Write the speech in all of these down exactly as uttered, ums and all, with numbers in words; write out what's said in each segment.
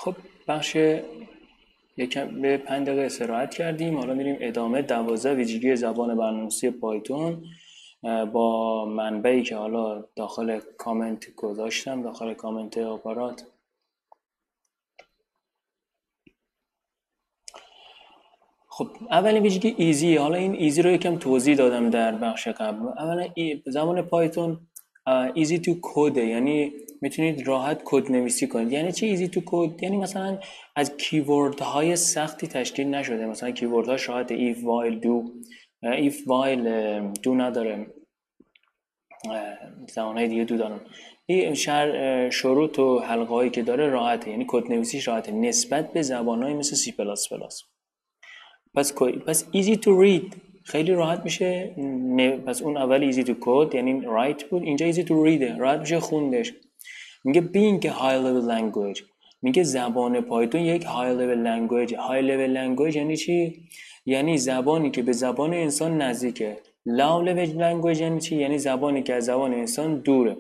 خب بخش یکم به پنج دقیقه استراحت کردیم. حالا میریم ادامه دوازده ویژگی زبان برنامه‌نویسی پایتون با منبعی که حالا داخل کامنت گذاشتم، داخل کامنت آپارات. خب اولین ویژگی ایزی. حالا این ایزی رو یکم توضیح دادم در بخش قبل. اولا زبان پایتون ایزی تو کد، یعنی میتونید راحت کد نویسی کنید. یعنی چی ایزی تو کد؟ یعنی مثلا از کیورد های سختی تشکیل نشده. مثلا کیورد ها راحت if while do if while do نداره، زبان های دیگه دو دارن. این شر شروط و حلقه هایی که داره راحته، یعنی کد نویسیش راحته نسبت به زبان های مثل سی پلاس پلاس. پس پس easy to read خیلی راحت میشه. پس اون اول easy to code یعنی write بود، اینجا easy to read راحت میشه خوندش. میگه being a high level language، میگه زبان پایتون یک high level language. high level language یعنی چی؟ یعنی زبانی که به زبان انسان نزدیکه. low level language یعنی چی؟ یعنی زبانی که از زبان انسان دوره.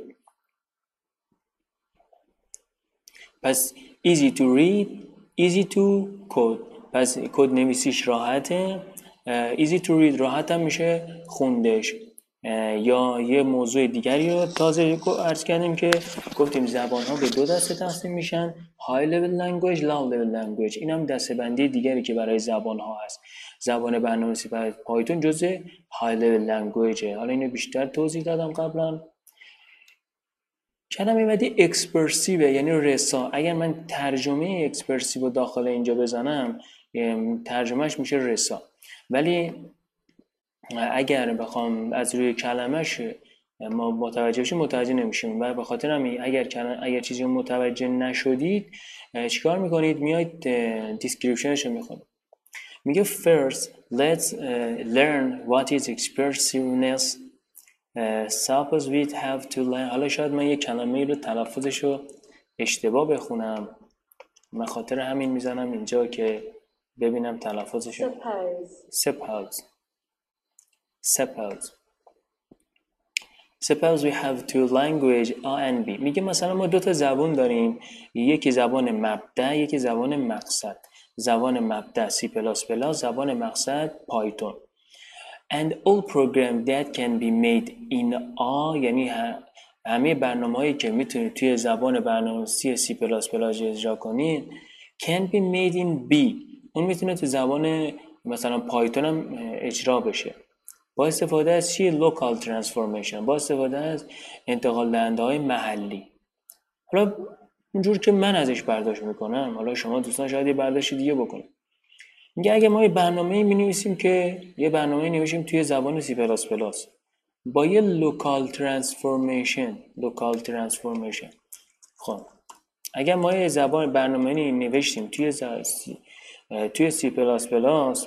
پس easy to read easy to code، پس کد نویسیش راحته. easy to read راحت هم میشه خوندش. یا یه موضوع دیگری رو تازه عرض کردیم که گفتیم زبان ها به دو دسته تقسیم میشن، high level language low level language. این هم دسته بندی دیگری که برای زبان ها هست. زبان برنامه‌نویسی برای پایتون جزء high level language. حالا اینو بیشتر توضیح دادم قبلا. کلمه بعدی اکسپرسیوه یعنی رسا. اگر من ترجمه اکسپرسیو داخل اینجا بزنم ترجمهش میشه رسا، ولی اگر بخوام از روی کلمهش ما متوجه بشیم متوجه نمیشیم. و به خاطر همین اگر کلمه اگر چیزی متوجه نشدید چیکار میکنید؟ میایید دیسکریپشنش رو میخونید. میگه first let's uh, learn what is expressiveness. Uh, suppose we have to learn. حالا شاید من یک کلمه رو تلفظش رو اشتباه بخونم، من خاطر همین میزنم اینجا که ببینم تلفظش رو. suppose suppose suppose we have two language A and B. میگه مثلا ما دو تا زبان داریم، یکی زبان مبدأ یکی زبان مقصد. زبان مبدأ سی پلاس پلاس، زبان مقصد پایتون. And all program that can be made in A، یعنی همه برنامه‌هایی که میتونید توی زبان برنامه‌نویسی سی پلاس پلاس اجرا کنید can be made in B، اون میتونه تو زبان مثلا پایتون هم اجرا بشه با استفاده از چی؟ local transformation، با استفاده از انتقال دهنده های محلی. حالا اونجور که من ازش برداشت میکنم، حالا شما دوستان شاید یه برداشت دیگه بکنید. میگه اگه ما یه برنامه‌ای می‌نویسیم که یه برنامه‌ای نوشیم توی زبان سی پلاس پلاس با یه لوکال ترانسفورمیشن لوکال ترانسفورمیشن خب اگه ما یه زبان برنامه‌ای نوشتیم توی ز... توی سی پلاس پلاس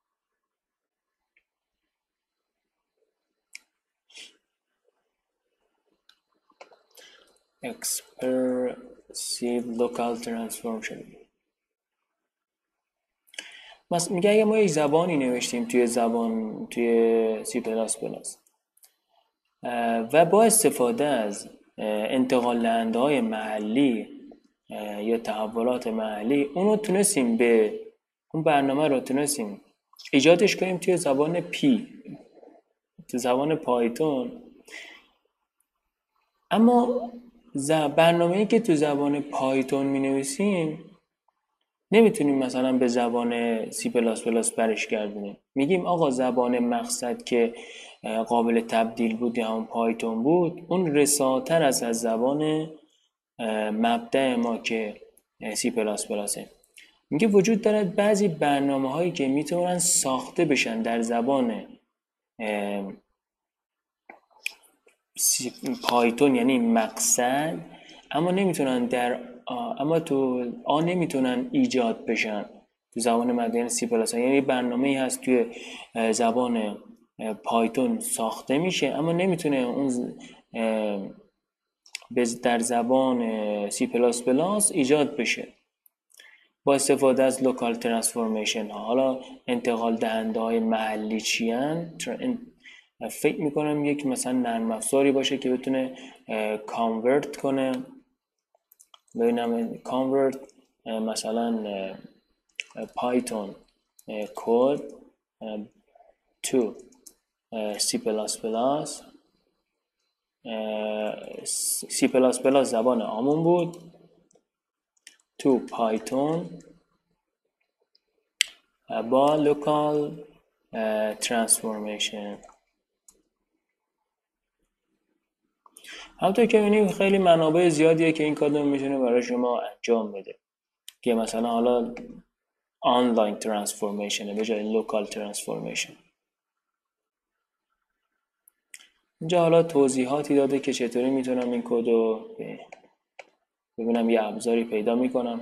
expressive local transformation. مثلا میگه اگه ما یک زبانی نوشتیم توی زبان توی سی پلاس پلاس و با استفاده از انتقال دهنده های محلی یا تحولات محلی اونو تونستیم به اون برنامه رو تونستیم ایجادش کنیم توی زبان پی، تو زبان پایتون. اما برنامه‌ای که تو زبان پایتون می نویسیم نمیتونیم مثلا به زبان سی پلاس پلاس برش گردونیم. میگیم آقا زبان مقصد که قابل تبدیل بود یا همون پایتون بود اون رساتر از از زبان مبدأ ما که سی پلاس پلاسه. میگه وجود دارد بعضی برنامه هایی که میتونن ساخته بشن در زبان پایتون یعنی مقصد، اما نمیتونن در اما تو آ نمیتونن ایجاد بشن تو زبان مدرن سی پلاس. یعنی برنامه‌ای هست توی زبان پایتون ساخته میشه اما نمیتونه اون در زبان سی پلاس پلاس ایجاد بشه با استفاده از لوکال ترانسفورمیشن ها. حالا انتقال دهنده های محلی چی ان؟ فکر میکنم یک مثلا نرم افزاری باشه که بتونه کانورت کنه. ببینم کانورت مثلا پایتون کد تو سی پلاس پلاس سی پلاس پلاس زبان عموم بود تو پایتون با لوکال ترانسفورمیشن. همونطور که می‌بینیم خیلی منابع زیادیه که این کادو میتونه برای شما انجام بده که مثلا حالا آنلاین ترانسفورمیشن به جای لوکال ترانسفورمیشن. اینجا حالا توضیحاتی داده که چطوری میتونم این کدو ببینم یه ابزاری پیدا میکنم.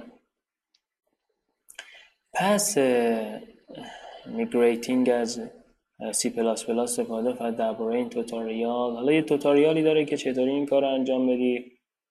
پس میگریتینگ از سی پلاس پلاس استفاده فقط درباره این توتوریال. حالا یه توتوریالی داره که چطوری این کار رو انجام بدی،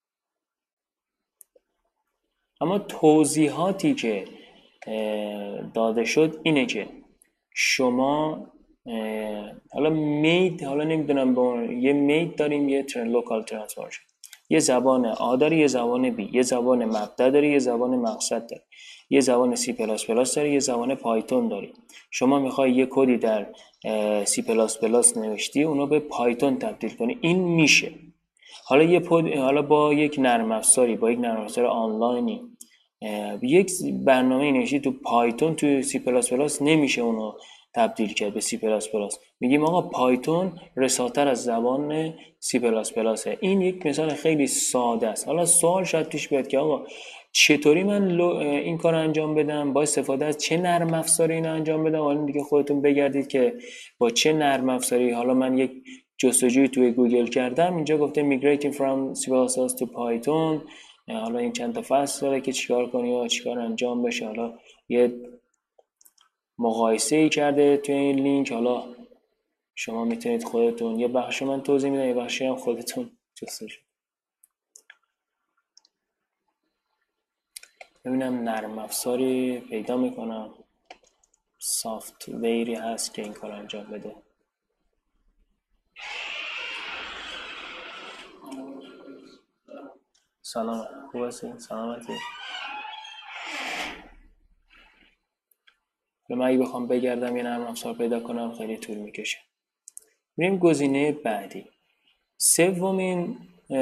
اما توضیحاتی که داده شد اینه که شما حالا مید حالا نمیدونم با یه مید داریم، یه ترن لوکال ترانسفورمیشن، یه زبان آ داری، یه زبان بی، یه زبان مبدا داری، یه زبان مقصد داری، یه زبان سی پلاس پلاس داری، یه زبان پایتون داری. شما میخوای یه کدی در سی پلاس پلاس نوشتی اونو به پایتون تبدیل کنی، این میشه. حالا یه پود حالا با یک نرم افزاری با یک نرم افزار آنلاینی یک برنامه نوشتی تو پایتون تو سی پلاس پلاس نمیشه اونو تبدیل کرد به سی پلاس پلاس. میگیم آقا پایتون رساتر از زبان سی پلاس پلاسه. این یک مثال خیلی ساده است. حالا سوال شاید پیش بیاد که آقا چطوری من این کار انجام بدم، با استفاده از چه نرم افزاری اینو انجام بدم؟ حالا دیگه خودتون بگردید که با چه نرم افزاری. حالا من یک جستجوی توی گوگل کردم، اینجا گفته migrating from سی پلاس پلاس to Python. حالا این چند تا فصل داره که چیکار کنی و چیکار انجام بشه. حالا یه مقایسه ای کرده توی این لینک. حالا شما میتونید خودتون، یه بخش من توضیح میدم، یه بخشی هم خودتون جستجو. ببینم نرم افزاری پیدا میکنم، سافت ویری هست که این کار انجام بده. سلام، خوب هستی؟ سلامتی؟ من اگه بخوام بگردم یه نرم افزار پیدا کنم خیلی طول میکشه. بریم گزینه بعدی. سومین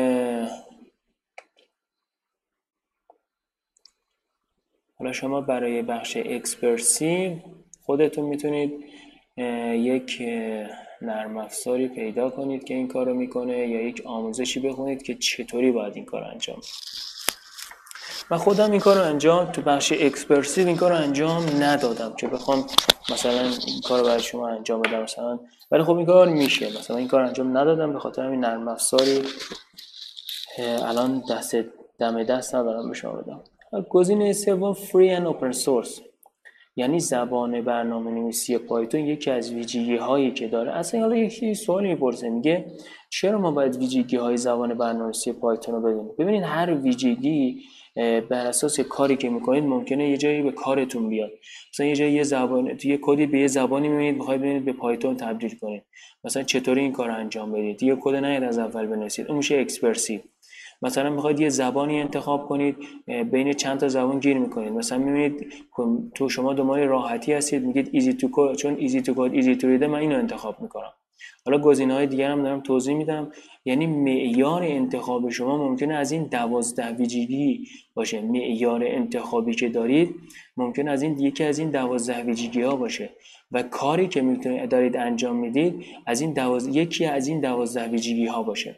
حالا شما برای بخش اکسپرسیو خودتون میتونید یک نرم افزاری پیدا کنید که این کارو میکنه یا یک آموزشی بخونید که چطوری باید این کارو انجام بدید. من خودم این کارو انجام تو بخش اکسپرسیو این کارو انجام ندادم که بخوام مثلا این کارو برای شما انجام بدم مثلا، ولی خب این کار میشه. مثلا این کار انجام ندادم به خاطر همین نرم افزاری الان دست دم دست ندارم به شما بدم. گزینه سوم فری اند اوپن سورس، یعنی زبان برنامه‌نویسی پایتون یکی از ویژگی هایی که داره. اصلا حالا یکی سوالی میپرسه، میگه چرا ما باید ویژگی های زبان برنامه‌نویسی پایتون رو بدونیم؟ ببینید هر ویژگی بر اساس کاری که میکنید ممکنه یه جایی به کارتون بیاد. مثلا یه جایی یه زبان تو یه کدی به یه زبانی میبینید میخواید ببینید به پایتون تبدیل کنید، مثلا چطوری این کار انجام بدید. یه کد نه از اول بنویسید، اون میشه اکسپرسیو. مثلا میخواید یه زبانی انتخاب کنید، بین چند تا زبان گیر میکنید، مثلا میبینید تو شما دنبال راحتی هستید میگید ایزی تو کد، چون ایزی تو کد ایزی تو ریده من اینو انتخاب میکنم. حالا گزینه‌های دیگر هم دارم توضیح میدم. یعنی معیار انتخاب شما ممکنه از این دوازده ویژگی باشه. معیار انتخابی که دارید ممکنه از این یکی از این دوازده ویژگی ها باشه و کاری که میتونید دارید انجام میدید از این دوازده یکی از این دوازده ویژگی ها باشه.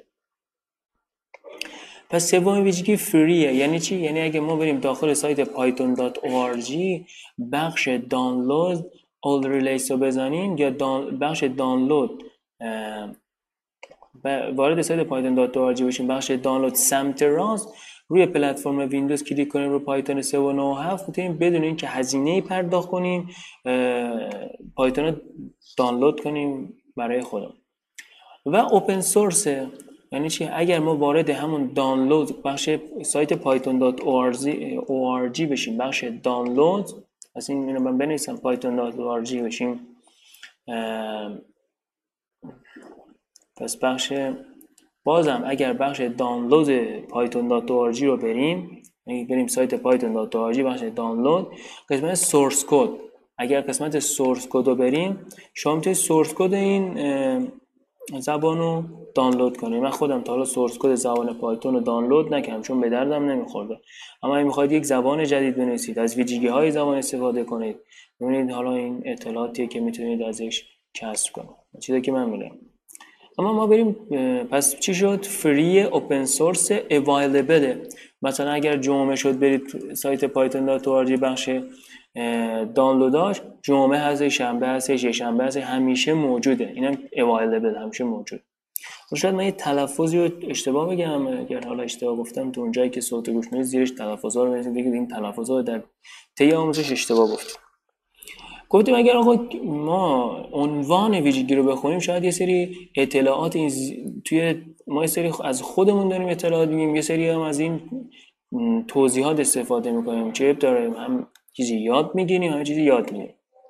پس سومین ویژگی فریه. یعنی چی؟ یعنی اگه ما بریم داخل سایت پایتون دات او آر جی بخش دانلود all relates رو بزنیم یا دان بخش دانلود وارد سایت پایتون دات او آر جی بشیم، بخش دانلود سمت راست روی پلتفرم ویندوز کلیک کنیم رو پایتون سه و نه و هفت میتونیم بدون اینکه هزینه‌ای پرداخت کنیم پایتون رو دانلود کنیم برای خودمون. و اوپن سورس یعنی چی؟ اگر ما وارد همون دانلود بخش سایت پایتون دات او آر جی بشیم، بخش دانلود، از این اینو من بنویسم پایتون دات او آر جی بشیم، پس بخش بازم اگر بخش دانلود پایتون دات او آر جی رو بریم یعنی بریم سایت پایتون دات او آر جی بخش دانلود، قسمت سورس کد، اگر قسمت سورس کد رو بریم شما میتونید سورس کد این زبان رو دانلود کنید. من خودم تا حالا سورس کد زبان پایتون رو دانلود نکردم چون به دردم نمیخورده، اما اگه میخواید یک زبان جدید بنویسید، از ویژگی های زبان استفاده کنید، ببینید حالا این اطلاعاتیه که میتونید ازش کسب کنید، چیزی که من میگم. اما ما بریم، پس چی شد؟ فری، اوپن سورس، اوایلبل. مثلا اگر جمعه شد برید سایت پایتون دات او آر جی بخش دانلوداش، جمعه هست، شنبه هست، شنبه هست، همیشه موجوده. اینم اوایلبل، همیشه موجود. شاید من یه تلفظی رو اشتباه بگم، اگر حالا اشتباه گفتم تو اونجایی که صوت گوش میدید زیرش تلفظا رو بنویسید بگید این تلفظا رو در طی آموزش اشتباه گفتیم. گفتیم اگر آقا ما عنوان ویژگی رو بخونیم، شاید یه سری اطلاعات این توی ما یه سری از خودمون داریم اطلاعات میگیم، یه سری هم از این توضیحات استفاده میکنیم، چه داریم هم چیزی یاد میگیریم هم چیزی یاد میگیریم.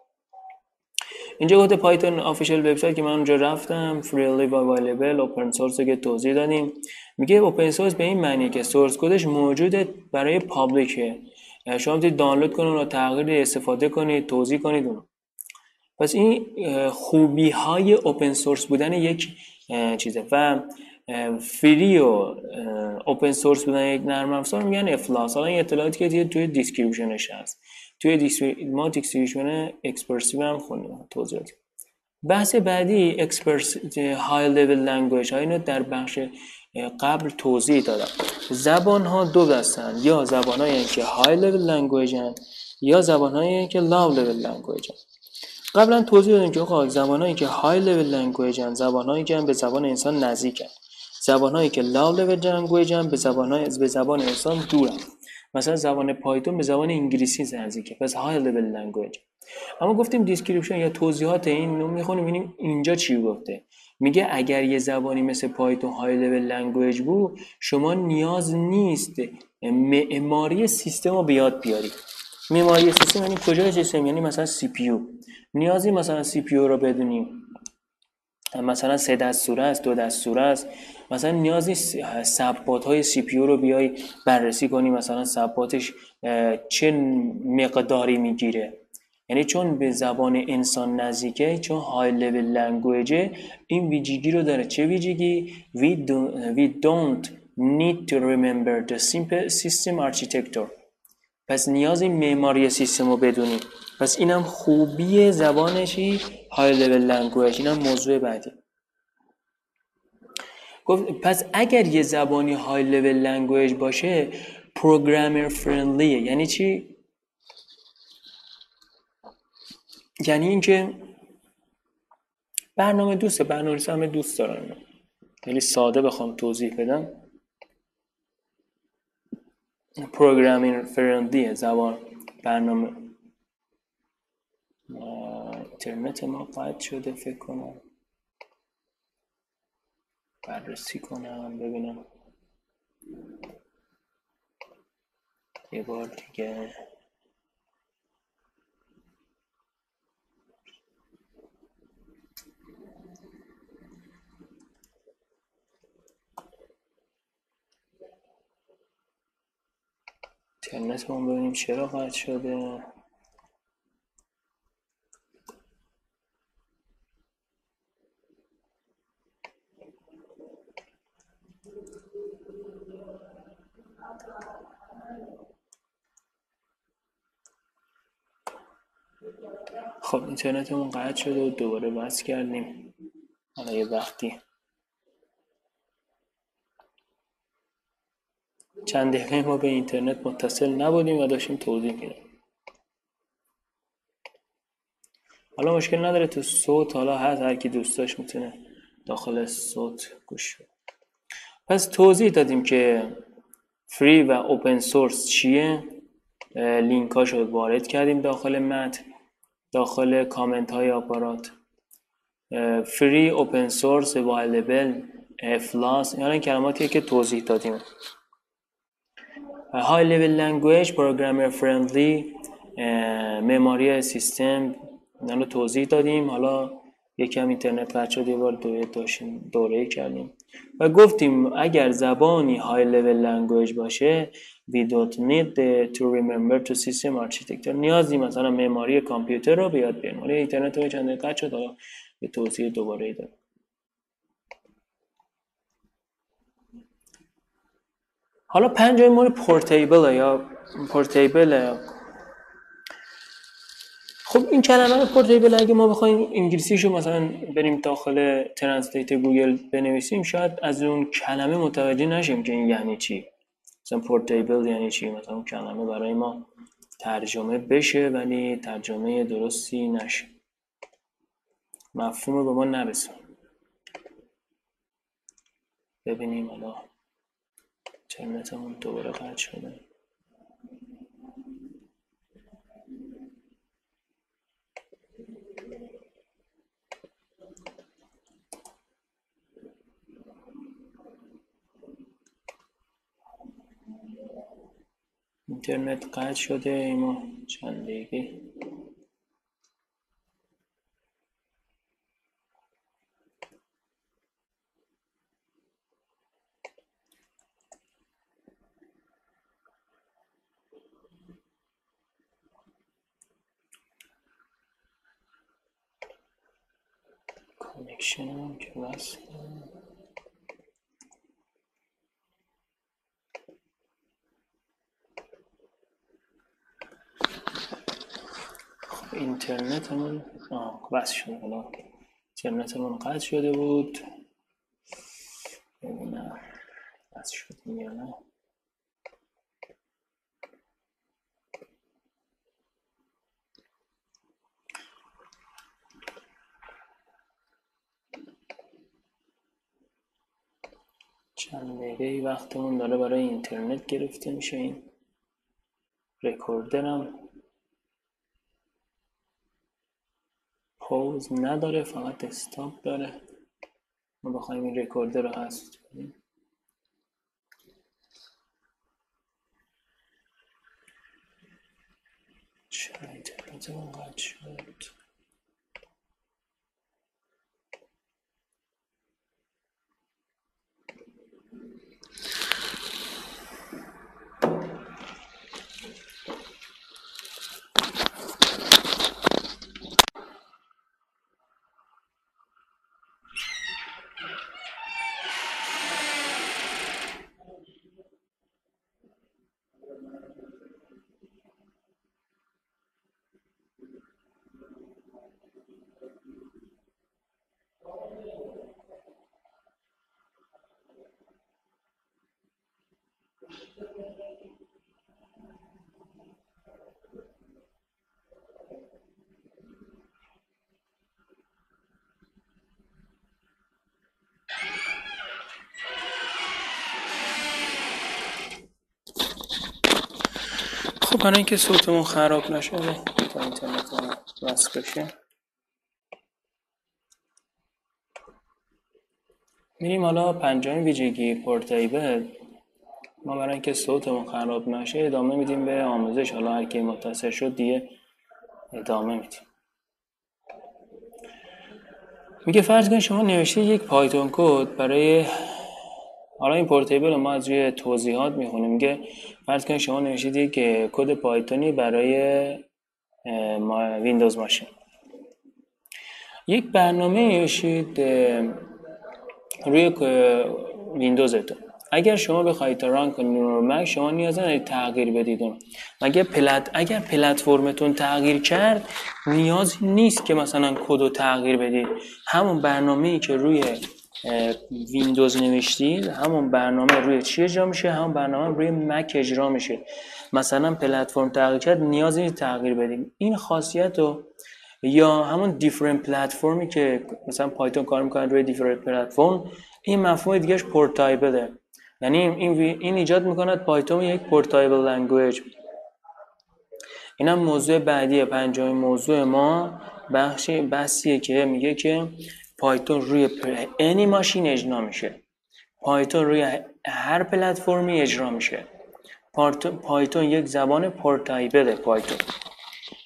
اینجا گفته پایتون آفیشال وبسایت که من اونجا رفتم، freely available، اوپن سورس که توضیح دادیم. میگه اوپن سورس به این معنیه که سورس کدش موجوده برای پابلیکه، شما میتونید دانلود کنید و تغییر استفاده کنید، توضیح کنید اون. پس این خوبی های اوپن سورس بودن یک چیزه. و فری و اوپن سورس بودن یک نرم افزار میگن افلاس. حالا این اطلاعاتی که توی دیسکریپشنش هست، توی دیسکری... ما دیسکریپشن اکسپرسیو هم خوندیم توضیحات. بحث بعدی اکسپرس های لول لنگویج ها، اینو در بخش قبل توضیح دادم. زبان ها دو دستن، یا زبان هایی که های لول لنگویج هن یا زبان هایی که لاو لول لنگویج هن. قبلا توضیح دادیم که آقا زبانایی که های لول لنگویج ان زبانایی که به زبان انسان نزدیکن، زبانایی که لاو لول لنگویج ان به زبانای به زبان انسان دورن. مثلا زبان پایتون به زبان انگلیسی نزدیکه، پس های لول لنگویج. اما گفتیم دیسکریپشن یا توضیحات این رو میخونیم ببینیم اینجا چی گفته. میگه اگر یه زبانی مثل پایتون های لول لنگویج بود، شما نیاز نیست معماری سیستم رو به یاد بیاری. معماری سیستم یعنی کجای سیستم؟ یعنی مثلا سی پی یو. نیازی مثلا سی پی یو رو بدونیم، مثلا سه دستوره است، دو دستوره است، مثلا نیازی ثبات های سی پی یو رو بیای بررسی کنی، مثلا ثباتش چه مقداری میگیره. یعنی چون به زبان انسان نزدیکه، چون های لول لنگویجه، این ویژگی رو داره. چه ویژگی؟ we don't, we don't need to remember the simple system architecture. پس نیازی معماری سیستم رو بدونیم. پس اینم خوبی زبانشی های لول لنگویج. اینم موضوع بعدی. گفت پس اگر یه زبانی های لول لنگویج باشه پروگرامر فرندلیه. یعنی چی؟ یعنی اینکه برنامه دوسته، برنامه‌نویس همه دوست دارن. خیلی ساده بخوام توضیح بدم، پروگرامینگ فرندلیه زبان برنامه. اینترنت ما قطع شده فکر کنم، بررسی کنم ببینم یه بار دیگه. اینترنت ما ببینیم چرا قطع شده. خب اینترنتمون قطع شده و دوباره وصل کردیم. حالا یه وقتی چند دقیقه ما به اینترنت متصل نبودیم و داشتیم توضیح میدادیم. حالا مشکل نداره تو صوت، حالا هر هر کی دوست داشت میتونه داخل صوت گوش بده. پس توضیح دادیم که فری و اوپن سورس چیه، لینکاشو وارد کردیم داخل متن، داخل کامنت های آپارات. فری، اوپن سورس، اوایلبل، افلاس، یعنی این کلماتیه که توضیح دادیم. های لول لنگویج، پروگرامر فرندلی، معماری سیستم، اینا رو توضیح دادیم. حالا یکم اینترنت قطع شد، یه بار دوره داشتیم دوره کردیم و گفتیم اگر زبانی های لول لنگویج باشه we don't need to remember to system architecture، نیازی مثلا معماری کامپیوتر رو بیاد بیاریم. حالا اینترنت رو چند دقیقه قطع شد، حالا یه توضیح دوباره دادم. حالا پنجمین مورد پورتیبل یا پورتیبل. خب این کلمه پورتیبل اگه ما بخوایم انگلیسیشو مثلا بریم داخل ترنسلیت گوگل بنویسیم شاید از اون کلمه متوجه نشیم که این یعنی چی. مثلا پورتیبل یعنی چی، مثلا اون کلمه برای ما ترجمه بشه ولی ترجمه درستی نشه، مفهوم رو به ما نرسون. ببینیم حالا اینترنتمون دوباره قطع شده. اینترنت قطع شده ایما چند دقیقه. کانکشن هم که وصل اینترنتمون آه بس شده. حالا اینترنتمون قطع شده بود، ببینم بس شد یا نه. چند دقیقه وقتمون داره برای اینترنت گرفته میشه. این رکوردرم پوز نداره، فقط استاپ داره. ما بخوایم این رکوردر رو حذف کنیم چرا اینترنتمون قطع شد؟ خب برای اینکه صوتمون خراب نشه تا اینترنتمون وصل بشه میریم حالا پنجمین ویژگی پورتیبل. ما برای اینکه صوتمون خراب نشه ادامه میدیم به آموزش. حالا هر کی متصل شد دیگه ادامه میدیم. میگه فرض کنید شما نوشته یک پایتون کد برای، حالا این پورتیبل ما از روی توضیحات میخونیم. میگه فرض کنید شما نوشتید یک کد پایتونی برای ویندوز ماشین، یک برنامه نوشتید روی ویندوزتون. اگر شما بخواید ران کنید رو مک شما نیاز ندارید تغییر بدید اون. اگر پلت اگر پلتفرمتون تغییر کرد نیازی نیست که مثلا کد رو تغییر بدید. همون برنامه‌ای که روی ویندوز نوشتید همون برنامه روی چی اجرا میشه؟ همون برنامه روی مک اجرا میشه. مثلا پلتفرم تغییر کرد نیازی نیست تغییر بدیم. این خاصیت رو یا همون دیفرنت پلتفرمی که مثلا پایتون کار میکنه روی دیفرنت پلتفرم، این مفهوم دیگهش پورتیبله. یعنی این این ایجاد میکند پایتون یک پورتیبل لنگویج. اینم موضوع بعدیه. پنجمین موضوع ما بخشی بحثیه که میگه که پایتون روی any ماشین اجرا میشه. پایتون روی هر پلتفرمی اجرا میشه. پایتون یک زبان پورتیبله. پایتون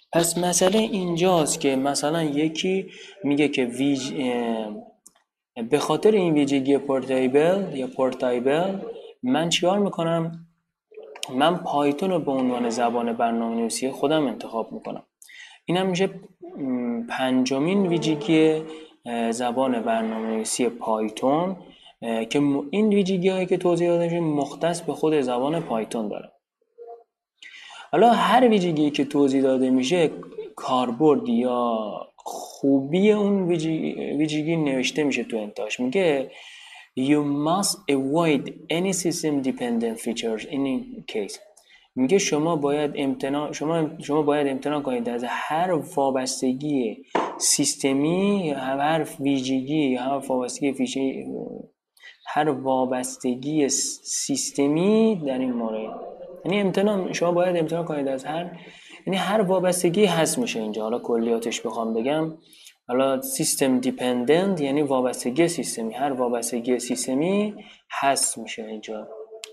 پس مسئله اینجاست که مثلا یکی میگه که ویژ به خاطر این ویژگی پورتیبل یا پورتایبل من چیکار میکنم؟ من پایتون رو به عنوان زبان برنامه‌نویسی خودم انتخاب میکنم. اینم میشه پنجمین ویژگی زبان برنامه‌نویسی پایتون که این ویژگی هایی که توضیح داده میشه مختص به خود زبان پایتون داره. حالا هر ویژگی که توضیح داده میشه کاربرد یا خوبی اون ویژگی نوشته میشه تو انتهاش. میگه You must avoid any system dependent features in any case. میگه شما باید امتناع شما شما باید امتناع کنید از هر وابستگی سیستمی یا هر ویژگی یا هر وابستگی فیچر هر وابستگی سیستمی در این مورد. یعنی امتناع شما باید امتناع کنید از هر یعنی هر وابستگی هست میشه اینجا. حالا کلیاتش بخوام بگم، حالا سیستم دیپندنت یعنی وابستگی سیستمی، هر وابستگی سیستمی هست میشه اینجا.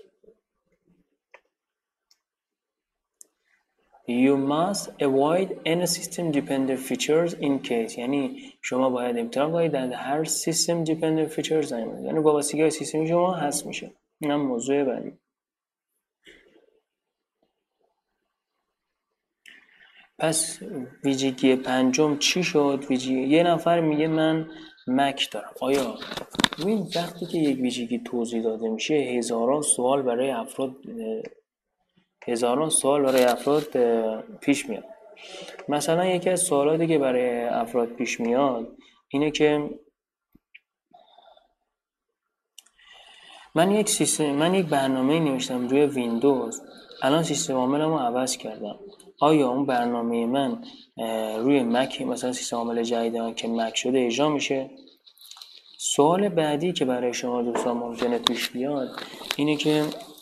You must avoid any system dependent features in case. یعنی شما باید امتناع کنید از هر سیستم دیپندنت فیچرز، یعنی وابستگی سیستمی شما هست میشه. اینم موضوع بعدی. پس ویژگی پنجم چی شد؟ ویژگی یه نفر میگه من مک دارم. آیا این وقتی که یک ویژگی توضیح داده میشه هزاران سوال برای افراد هزاران سوال برای افراد پیش میاد. مثلا یکی از سوالاتی که برای افراد پیش میاد اینه که من یک سیستم من یک برنامه نوشتم روی ویندوز، الان سیستم عاملمو عوض کردم، آیا اون برنامه من روی مک مثلا سیستم عامل جدید من که مک شده اجرا میشه؟ سوال بعدی که برای شما دوستان ممکنه پیش بیاد اینه که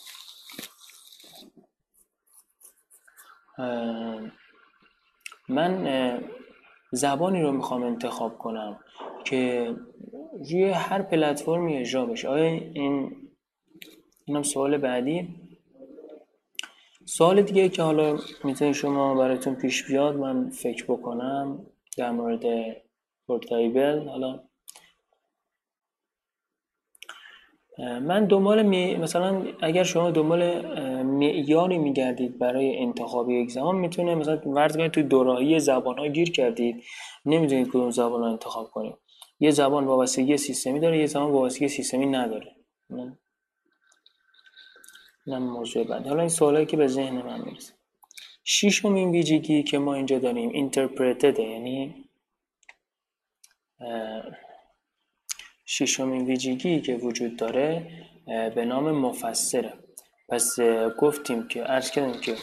من زبانی رو میخوام انتخاب کنم که روی هر پلتفرمی اجرا بشه. آیا این اینم سوال بعدی. سوال دیگه که حالا میتونه شما براتون پیش بیاد من فکر بکنم در مورد پورتیبل، حالا من دنبال می... مثلا اگر شما دنبال معیاری میگردید برای انتخاب یک زبان، میتونه مثلا فرض کنید توی دوراهی زبان‌ها گیر کردید، نمیدونید کدوم زبان رو انتخاب کنید. یه زبان وابستگی سیستمی داره، یه زبان وابستگی سیستمی نداره. نه نه موضوع بعد. حالا این سوالایی که به ذهن من میرسه. ششمین ویژگی که ما اینجا داریم اینترپرتد، یعنی ششمین ویژگی که وجود داره به نام مفسره. پس گفتیم که عرض کردیم که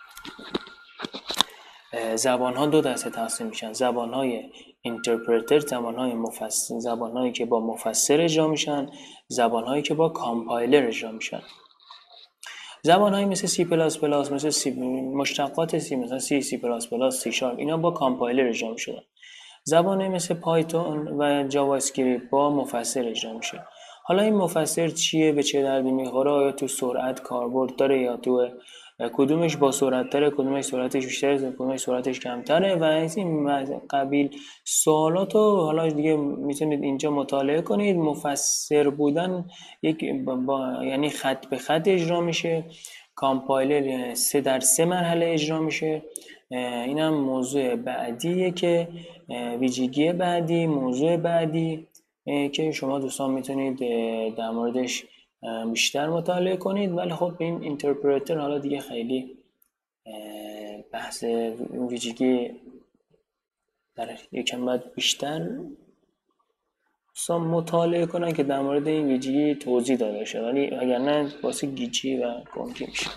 زبان‌ها دو دسته تقسیم میشن: زبان‌های اینترپرتر، زبان‌های مفسر، زبان‌هایی که با مفسر اجرا میشن، زبان‌هایی که با کامپایلر اجرا میشن. زبان‌هایی مثل سی پلاس پلاس، مثل سی مشتقات سی، مثلا سی سی پلاس پلاس، سی شارپ، اینا با کامپایلر اجرا میشدن. زبان‌های مثل پایتون و جاوا اسکریپت با مفسر اجرا میشه. حالا این مفسر چیه، به چه دردی میخوره، یا تو سرعت کاربرد داره یا تو کدومش با سرعت داره، کدومش سرعتش بیشتره، کدومش سرعتش کمتره و این قبیل سوالاتو حالا دیگه میتونید اینجا مطالعه کنید. مفسر بودن یک با یعنی خط به خط اجرا میشه. کامپایلر یعنی سه در سه مرحله اجرا میشه. اینم موضوع بعدیه که ویژگی بعدی، موضوع بعدی که شما دوستان میتونید در موردش بیشتر مطالعه کنید. ولی خب این اینترپرتر حالا دیگه خیلی بحث ویژگی در یکم بعد بیشتر دوستان مطالعه کنن که در مورد این ویژگی توضیح داده شه، ولی اگر نه واسه گیجی و گنگی میشه.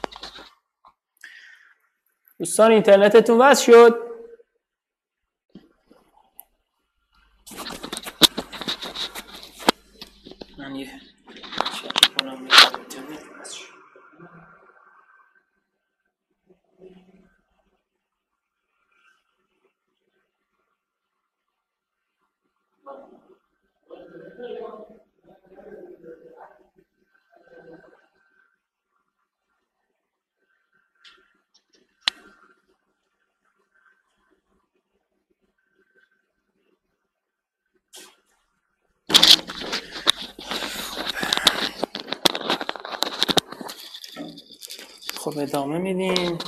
دوستان اینترنتتون وصل شد؟ من یه چک کنم اینترنت وصل شد. ادامه میدیم.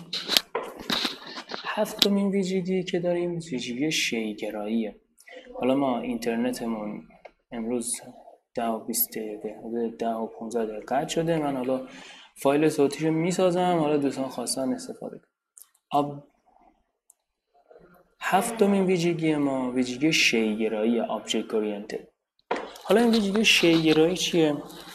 هفتمین ویژگی که داریم ویژگی شی‌گراییه. حالا ما اینترنتمون امروز ده و بیست دقیقه ده و پانزده دقیقه قطع شده. من حالا فایل صوتیشو میسازم، حالا دوستان خواستن استفاده کنم. آب... هفتمین ویژگی ما ویژگی شی‌گرایی Object Oriented. حالا این ویژگی شی‌گرایی چیه؟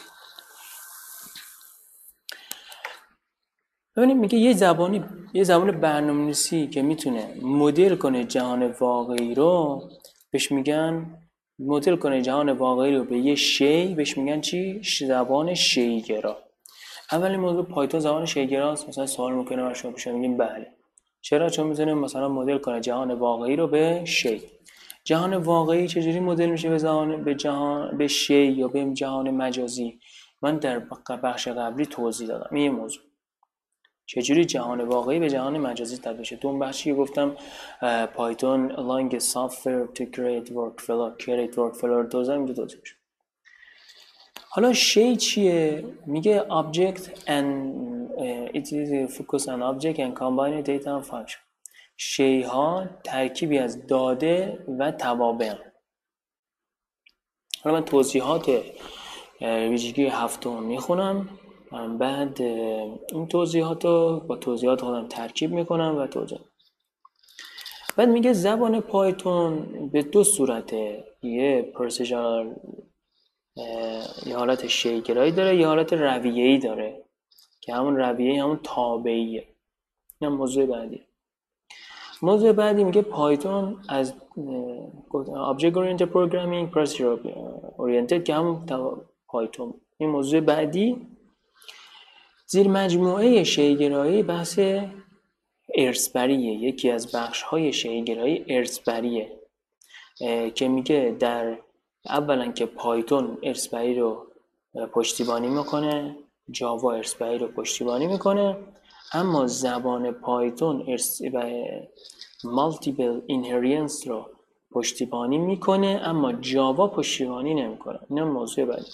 ببینید میگه یه زبانی یه زبان برنامه‌نویسی که میتونه مدل کنه جهان واقعی رو بهش میگن مدل کنه جهان واقعی رو به یه شی بهش میگن چی؟ زبان شی‌گرا. اولین موضوع پایتون زبان شی‌گراست. مثلا سوال ممکنه برای شما بشه، میگیم بله. چرا؟ چون میتونه مثلا مدل کنه جهان واقعی رو به شی. جهان واقعی چجوری مدل میشه به جهان به جهان به شی یا به جهان مجازی؟ من در بخش قبلی توضیح دادم این موضوع. چجوری جهان واقعی به جهان مجازی تبدیل شه. تو اون بخشی گفتم پایتون allowing a software to create workflow create workflow رو توضیح میده توضیح میشه. حالا شی چیه؟ میگه object and uh, it is a focus on object and combine data and function. شی ها ترکیبی از داده و توابع. حالا من توضیحات ویژگی هفتم میخونم، بعد این توضیحات رو با توضیحات خودم ترکیب میکنم و توضیح. بعد میگه زبان پایتون به دو صورته، یه پروسیجرال یه حالت شی‌گرایی داره، یه حالت رویه‌ای داره که همون رویه همون تابعیه. این موضوع بعدی. موضوع بعدی میگه پایتون از Object Oriented Programming Procedure Oriented که همون پایتون. این موضوع بعدی زیر مجموعه شی‌گرایی بحث ارث‌بریه. یکی از بخش‌های شی‌گرایی ارث‌بریه که میگه در اولا که پایتون ارث‌بری رو پشتیبانی میکنه، جاوا ارث‌بری رو پشتیبانی میکنه، اما زبان پایتون ارث مالتیپل اینهرینس رو پشتیبانی میکنه اما جاوا پشتیبانی نمیکنه. این موضوع بعدی.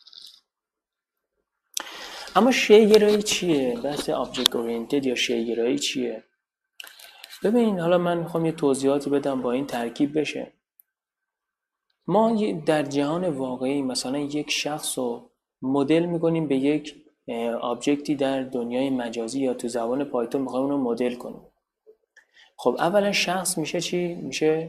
اما شی‌گرایی چیه؟ بحث آبجکت اورینتد یا شی‌گرایی چیه؟ ببین حالا من میخوام یه توضیحاتی بدم با این ترکیب بشه. ما در جهان واقعی مثلا یک شخص رو مدل میکنیم به یک آبجکتی در دنیای مجازی یا تو زبان پایتون میخوایم اون رو مدل کنیم. خب اولا شخص میشه چی؟ میشه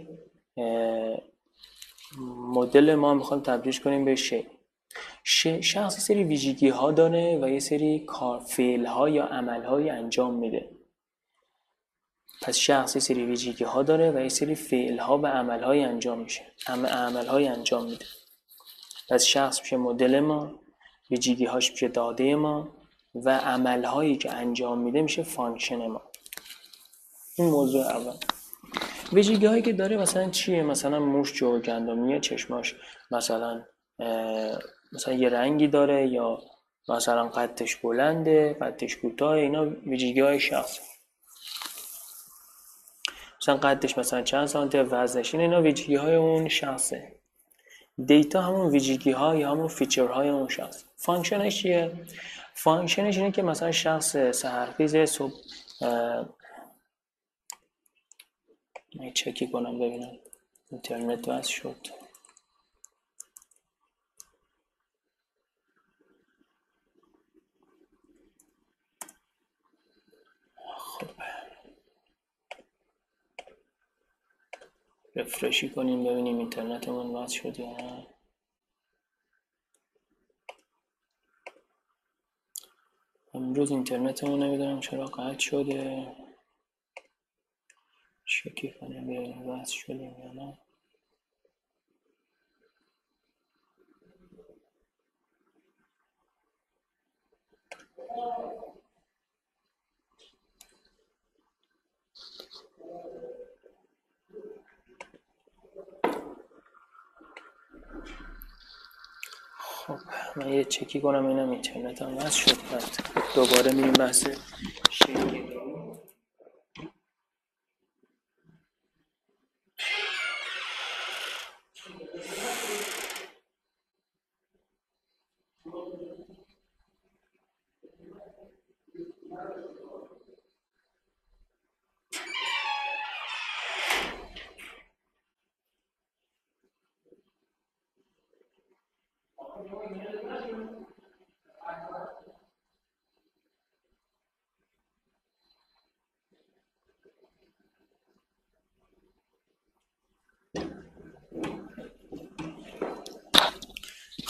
مدل ما میخوایم تبدیلش کنیم به شی. شخص سری ویژگی ها داره و یه سری کار فعل ها یا عمل های انجام میده. پس شخص سری ویژگی ها داره و یه سری فعل ها و عمل های انجام میشه. عمل های انجام میده. پس شخص میشه مدل ما، ویژگی هاش میشه داده ما و عمل هایی که انجام میده میشه فانکشن ما. این موضوع اول. ویژگی هایی که داره مثلا چیه؟ مثلا موش جو گندمیه، چشماش مثلا مثلا یه رنگی داره یا مثلا قدش بلنده، قدش کوتاه. اینا ویژگی های شخص. مثلا قدش مثلا چند سانتی، وزنش، اینا ویژگی های اون شخصه. دیتا همون ویژگی ها یا همون فیچر های اون شخص. فانکشنش چیه؟ فانکشنش اینه که مثلا شخص سحرخیزه، صبح من چکی کنم ببینم اینترنت وصل شد. خب رفرشی کنیم ببینیم اینترنتمون وصل شد یا نه. امروز اینترنتمون نمیدونم چرا قطع شده. چکی کنیم ببینیم وصل شدیم یا نه. خب من یه چکی کنم اینم اینترنتم وصل شد. بعد دوباره میریم بحث شی‌گرایی.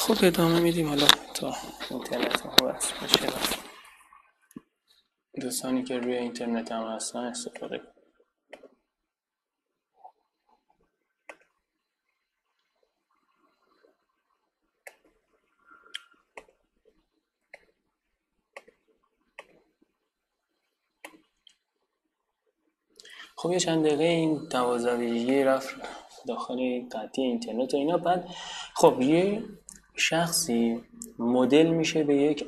خب ادامه میدیم حالا تا اینترنت هم وصل بشه دوستانی که روی اینترنت هم هستن استفاده کنن. خب یه چند دقیقه این دوازده ویژگی رفت داخل قطعی اینترنت و اینا. بعد خب یه شخصی مدل میشه به یک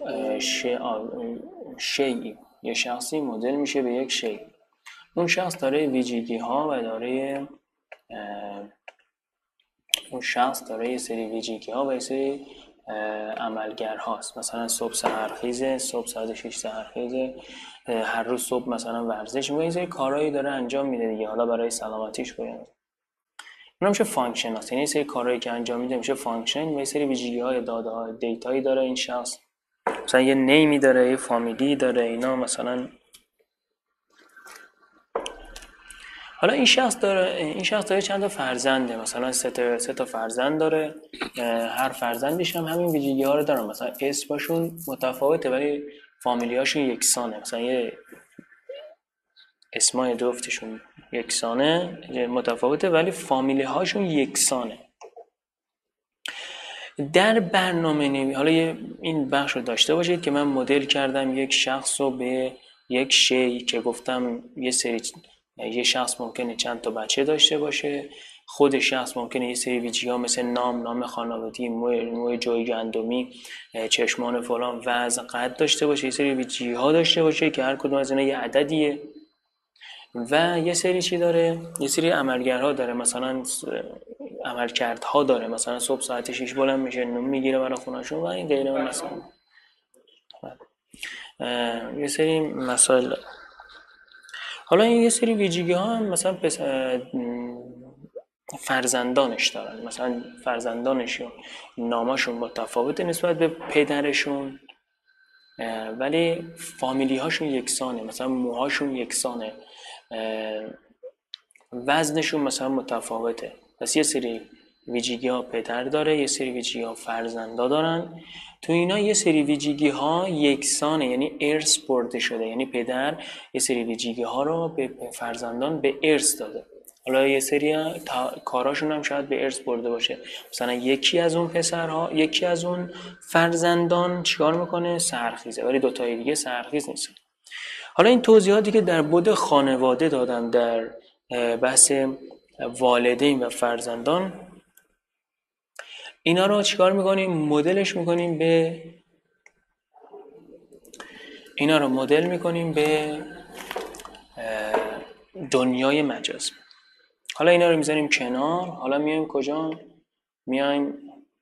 شیئی، یه شخصی مدل میشه به یک شیء. اون شخص داره ویژگی ها و داره اون شخص داره یه سری ویژگی ها و یه سری عملگر هاست. مثلا صبح سحرخیزه، صبح ساعت شش سحرخیزه، هر روز صبح مثلا ورزش میکنه، یه سری کارهایی داره انجام میده دیگه، حالا برای سلامتیش باید. اونم میشه فانکشن هست، یعنی یه سری کارهایی که انجام میده میشه فانکشن و یه سری ویژگی های داده ها دیتایی داره این شخص. مثلا یه نیمی داره، یه فامیلی داره، اینا مثلا. حالا این شخص داره این شخص داره چند تا فرزنده، مثلا سه تا سه تا فرزند داره، هر فرزندش هم همین ویژگی ها رو داره، مثلا اسمشون متفاوته ولی فامیلیاشون یکسانه، مثلا یه اسمای جفتشون یکسانه متفاوته ولی فامیلی هاشون یکسانه. در برنامه نویسی حالا این بخش رو داشته باشید که من مدل کردم یک شخص رو به یک شی که گفتم یه سری یه شخص ممکنه چند تا بچه داشته باشه، خود شخص ممکنه یه سری ویژگی‌ها مثل نام، نام خانوادگی، موی موی جوی گندمی، چشمان فلان، وزن، قد داشته باشه، یه سری ویژگی‌ها داشته باشه که هر کدوم از اینا یه عددیه و یه سری چی داره، یه سری عملگرها داره، مثلا عملکردها داره، مثلا صبح ساعت شش بلند میشه، نون میگیره برای خونه‌شون و این غیره. مثلا یه سری مسائل داره. حالا این یه سری ویژگی ها هم مثلا فرزندانش دارن، مثلا فرزندانشون نامشون متفاوته نسبت به پدرشون ولی فامیلی هاشون یکسانه، مثلا موهاشون یکسانه، وزنشون مثلا متفاوته. پس یه سری ویژگی ها پدر داره، یه سری ویژگی ها فرزندا دارن. تو اینا یه سری ویژگی ها یکسانه، یعنی ارث برده شده، یعنی پدر یه سری ویژگی ها رو به فرزندان به ارث داده. حالا یه سری کاراشون هم شاید به ارث برده باشه، مثلا یکی از اون پسرها، یکی از اون فرزندان چیکار میکنه؟ سحرخیزه، ولی دو تای دیگه سحرخیز نیستن. حالا این توضیحاتی که در بعد خانواده دادم در بحث والدین و فرزندان، اینا رو چیکار میکنیم؟ مدلش میکنیم به اینا رو مدل میکنیم به دنیای مجاز. حالا اینا رو میذاریم کنار. حالا میایم کجا؟ میایم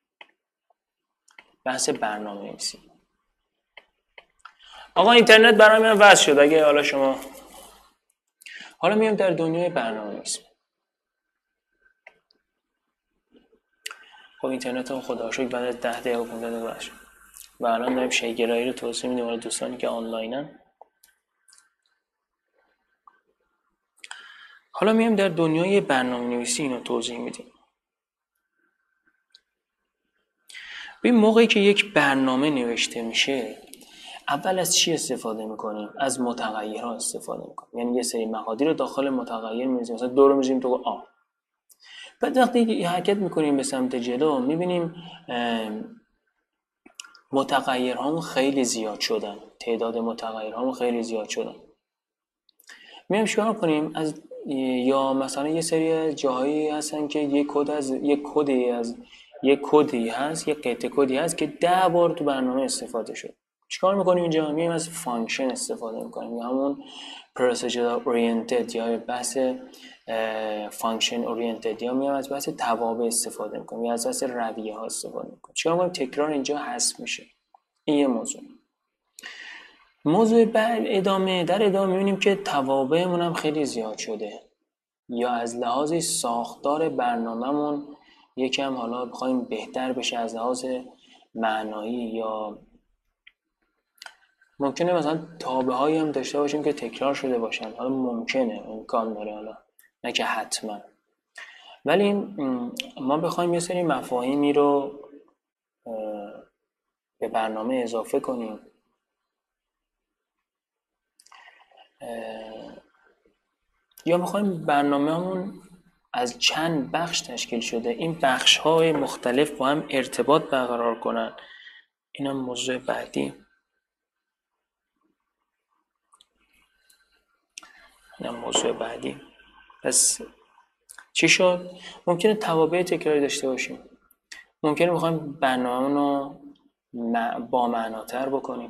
بحث برنامه نویسی. آقا اینترنت برای من وصل شد اگه حالا شما حالا میایم در دنیای برنامه نویسی. خب اینترنت هم خدا شکر بعد از ده دقیقه و پانزده دقیقه وصل شد و الان داریم شیگرایی رو توضیح میدیم برای دوستانی که آنلاینن. حالا میایم در دنیای برنامه نویسی اینو توضیح میدیم. ببین موقعی که یک برنامه نوشته میشه اول از چی استفاده میکنیم؟ از متغیرها استفاده میکنیم. یعنی یه سری مقادیر رو داخل متغیر میذاریم، مثلا دو رو میذاریم تو آ. بعد وقتی حرکت میکنیم به سمت جلو میبینیم متغیرهامون خیلی زیاد شدن، تعداد متغیرهامون خیلی زیاد شدن. میایم چیکار کنیم؟ از یا مثلا یه سری جاهایی هستن که یک کد از یک کدی از یک کدی هست، یک قطعه کدی هست که ده بار تو برنامه استفاده شد. چیکار میکنیم اینجا؟ میایم از فانکشن استفاده میکنیم، یا همون پروسیجر اورینتد یا بحث فانکشن اورینتد، یا میایم از بحث توابع استفاده میکنیم، یا از بحث رویه ها استفاده میکنیم. چیکار میکنیم؟ تکرار اینجا حذف میشه. این یه موضوع. موضوع بعد ادامه در ادامه می‌بینیم که توابعمون هم خیلی زیاد شده، یا از لحاظ ساختار برنامه‌مون یکم حالا بخوایم بهتر بشه از لحاظ معنایی، یا ممکنه مثلا تابع‌هایی هم داشته باشیم که تکرار شده باشن. حالا ممکنه، امکان داره، حالا نه که حتما. ولی ما بخوایم یه سری مفاهیمی رو به برنامه اضافه کنیم. یا میخوایم برنامه‌مون از چند بخش تشکیل شده، این بخش‌های مختلف با هم ارتباط برقرار کنن. اینا موضوع بعدی. اینا موضوع بعدی. پس چی شد؟ ممکنه توابع تکراری داشته باشیم. ممکنه بخوایم برنامه‌مون رو با معناتر بکنیم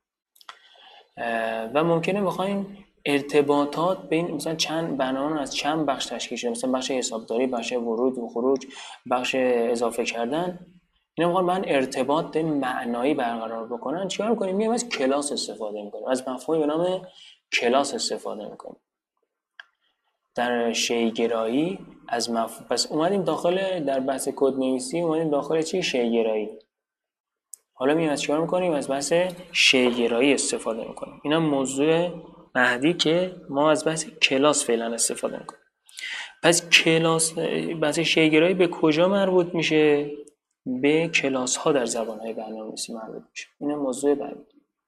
و ممکنه بخوایم ارتباطات بین مثلا چند برنامه از چند بخش تشکیل شده، مثلا بخش حسابداری، بخش ورود و خروج، بخش اضافه کردن، اینا میخوان من ارتباط معنایی برقرار بکنن. چیکار میکنیم؟ میایم از کلاس استفاده میکنیم، از مفهومی به نام کلاس استفاده میکنیم. در شی‌گرایی از مفهوم پس اومدیم داخل در بحث کد نویسی اومدیم داخل چی؟ شی‌گرایی. حالا میایم از چیکار میکنیم؟ از بحث شی‌گرایی استفاده میکنیم. اینا موضوع بعدی که ما از بحث کلاس فعلا استفاده میکنیم. پس کلاس بحث شی‌گرایی به کجا مربوط میشه؟ به کلاس ها در زبان های برنامه‌نویسی مربوط میشه. اینا موضوع بعدی.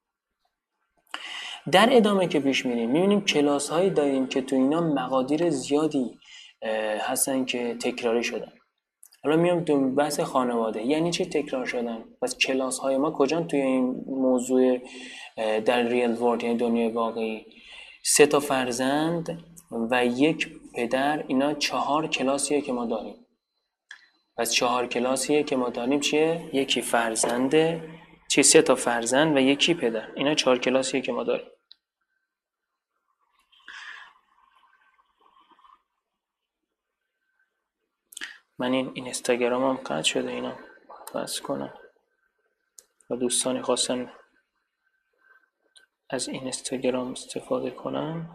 در ادامه که پیش میریم میبینیم کلاس هایی داریم که تو اینا مقادیر زیادی هستن که تکراری شدن. حالا میام تو بحث خانواده. یعنی چی تکرار شدن؟ پس کلاس های ما کجان توی این موضوع در ریل ورلد، یعنی دنیای واقعی؟ سه تا فرزند و یک پدر، اینا چهار کلاسیه که ما داریم. پس چهار کلاسیه که ما داریم چیه؟ یکی فرزنده، چی سه تا فرزند و یکی پدر. اینا چهار کلاسیه که ما داریم. من این اینستاگرامم قطع شده، اینا بس کنم و دوستانی خواستن از اینستاگرام استفاده کنن.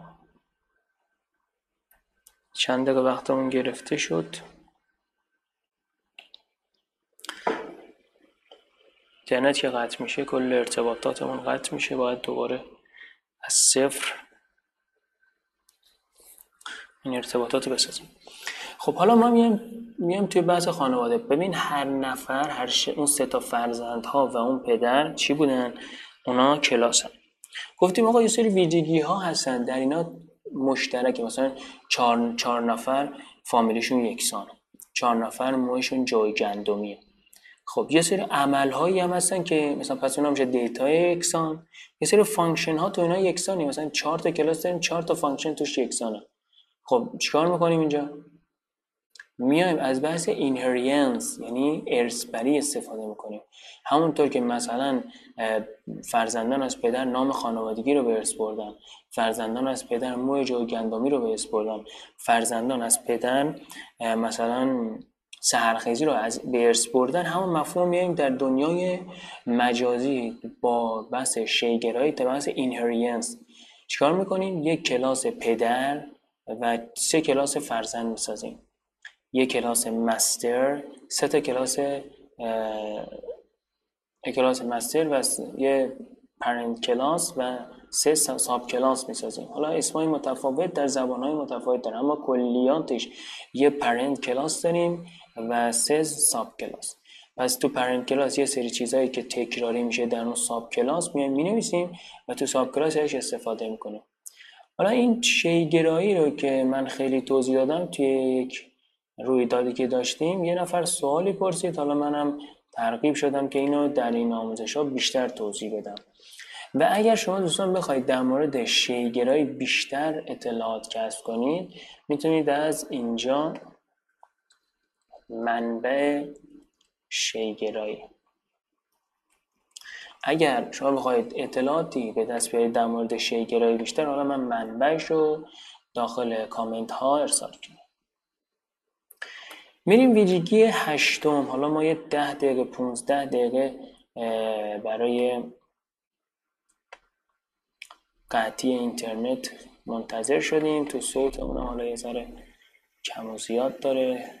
چند دقیقه وقتمون گرفته شد. اینترنت که قطع میشه کل ارتباطاتمون قطع میشه، باید دوباره از صفر این ارتباطات رو بسازیم. خب حالا ما میایم میایم توی بحث خانواده. ببین هر نفر هر ش... اون سه تا فرزندها و اون پدر چی بودن؟ اونا کلاسن. گفتیم آقا یه سری ویژگی ها هستن در اینا مشترکه، مثلا چهار چهار نفر فامیلیشون یکسانه، چهار نفر موهشون جای گندمیه. خب یه سری عمل هایی هم هستن که مثلا پس اونها میشه دیتای یکسان. یه سری فانکشن ها تو اینا یکسانی، مثلا چهار تا کلاس داریم چهار تا فانکشن توش یکسانه. خب چیکار میکنیم اینجا؟ میایم از بحث اینهریانس یعنی ارثبری استفاده میکنیم. همونطور که مثلا فرزندان از پدر نام خانوادگی رو به ارث بردن، فرزندان از پدر موی جو گندمی رو به ارث بردن، فرزندان از پدر مثلا سحرخیزی رو از به ارث بردن، همون مفهوم میایم در دنیای مجازی با بحث شی‌گرایی تا بحث اینهریانس چیکار میکنیم؟ یک کلاس پدر و سه کلاس فرزند میسازیم. یک کلاس مستر، سه تا کلاس یک کلاس مستر و یه پرنت کلاس و سه ساب کلاس میسازیم. حالا اسمای متفاوت در زبانهای متفاوت داره، اما کلیاتش یه پرنت کلاس داریم و سه ساب کلاس. پس تو پرنت کلاس یه سری چیزایی که تکراری میشه در اون ساب کلاس میایم مینویسیم و تو ساب کلاس ازش استفاده میکنیم. حالا این شی‌گرایی رو که من خیلی توضیح دادم توی یک رویدادی که داشتیم، یه نفر سوالی پرسید، حالا منم ترغیب شدم که اینو در این آموزش‌ها بیشتر توضیح بدم. و اگر شما دوستان بخواید در مورد شی‌گرایی بیشتر اطلاعات کسب کنید، میتونید از اینجا منبع شی‌گرایی، اگر شما بخواید اطلاعاتی به دست بیارید در مورد شی‌گرایی بیشتر، حالا من منبعش رو داخل کامنت ها ارسال کنم. میریم ویژگی هشتم. حالا ما یه ده دقیقه پونزده دقیقه برای قطعی اینترنت منتظر شدیم. تو صوت اون حالا یه ذره کم و زیاد داره،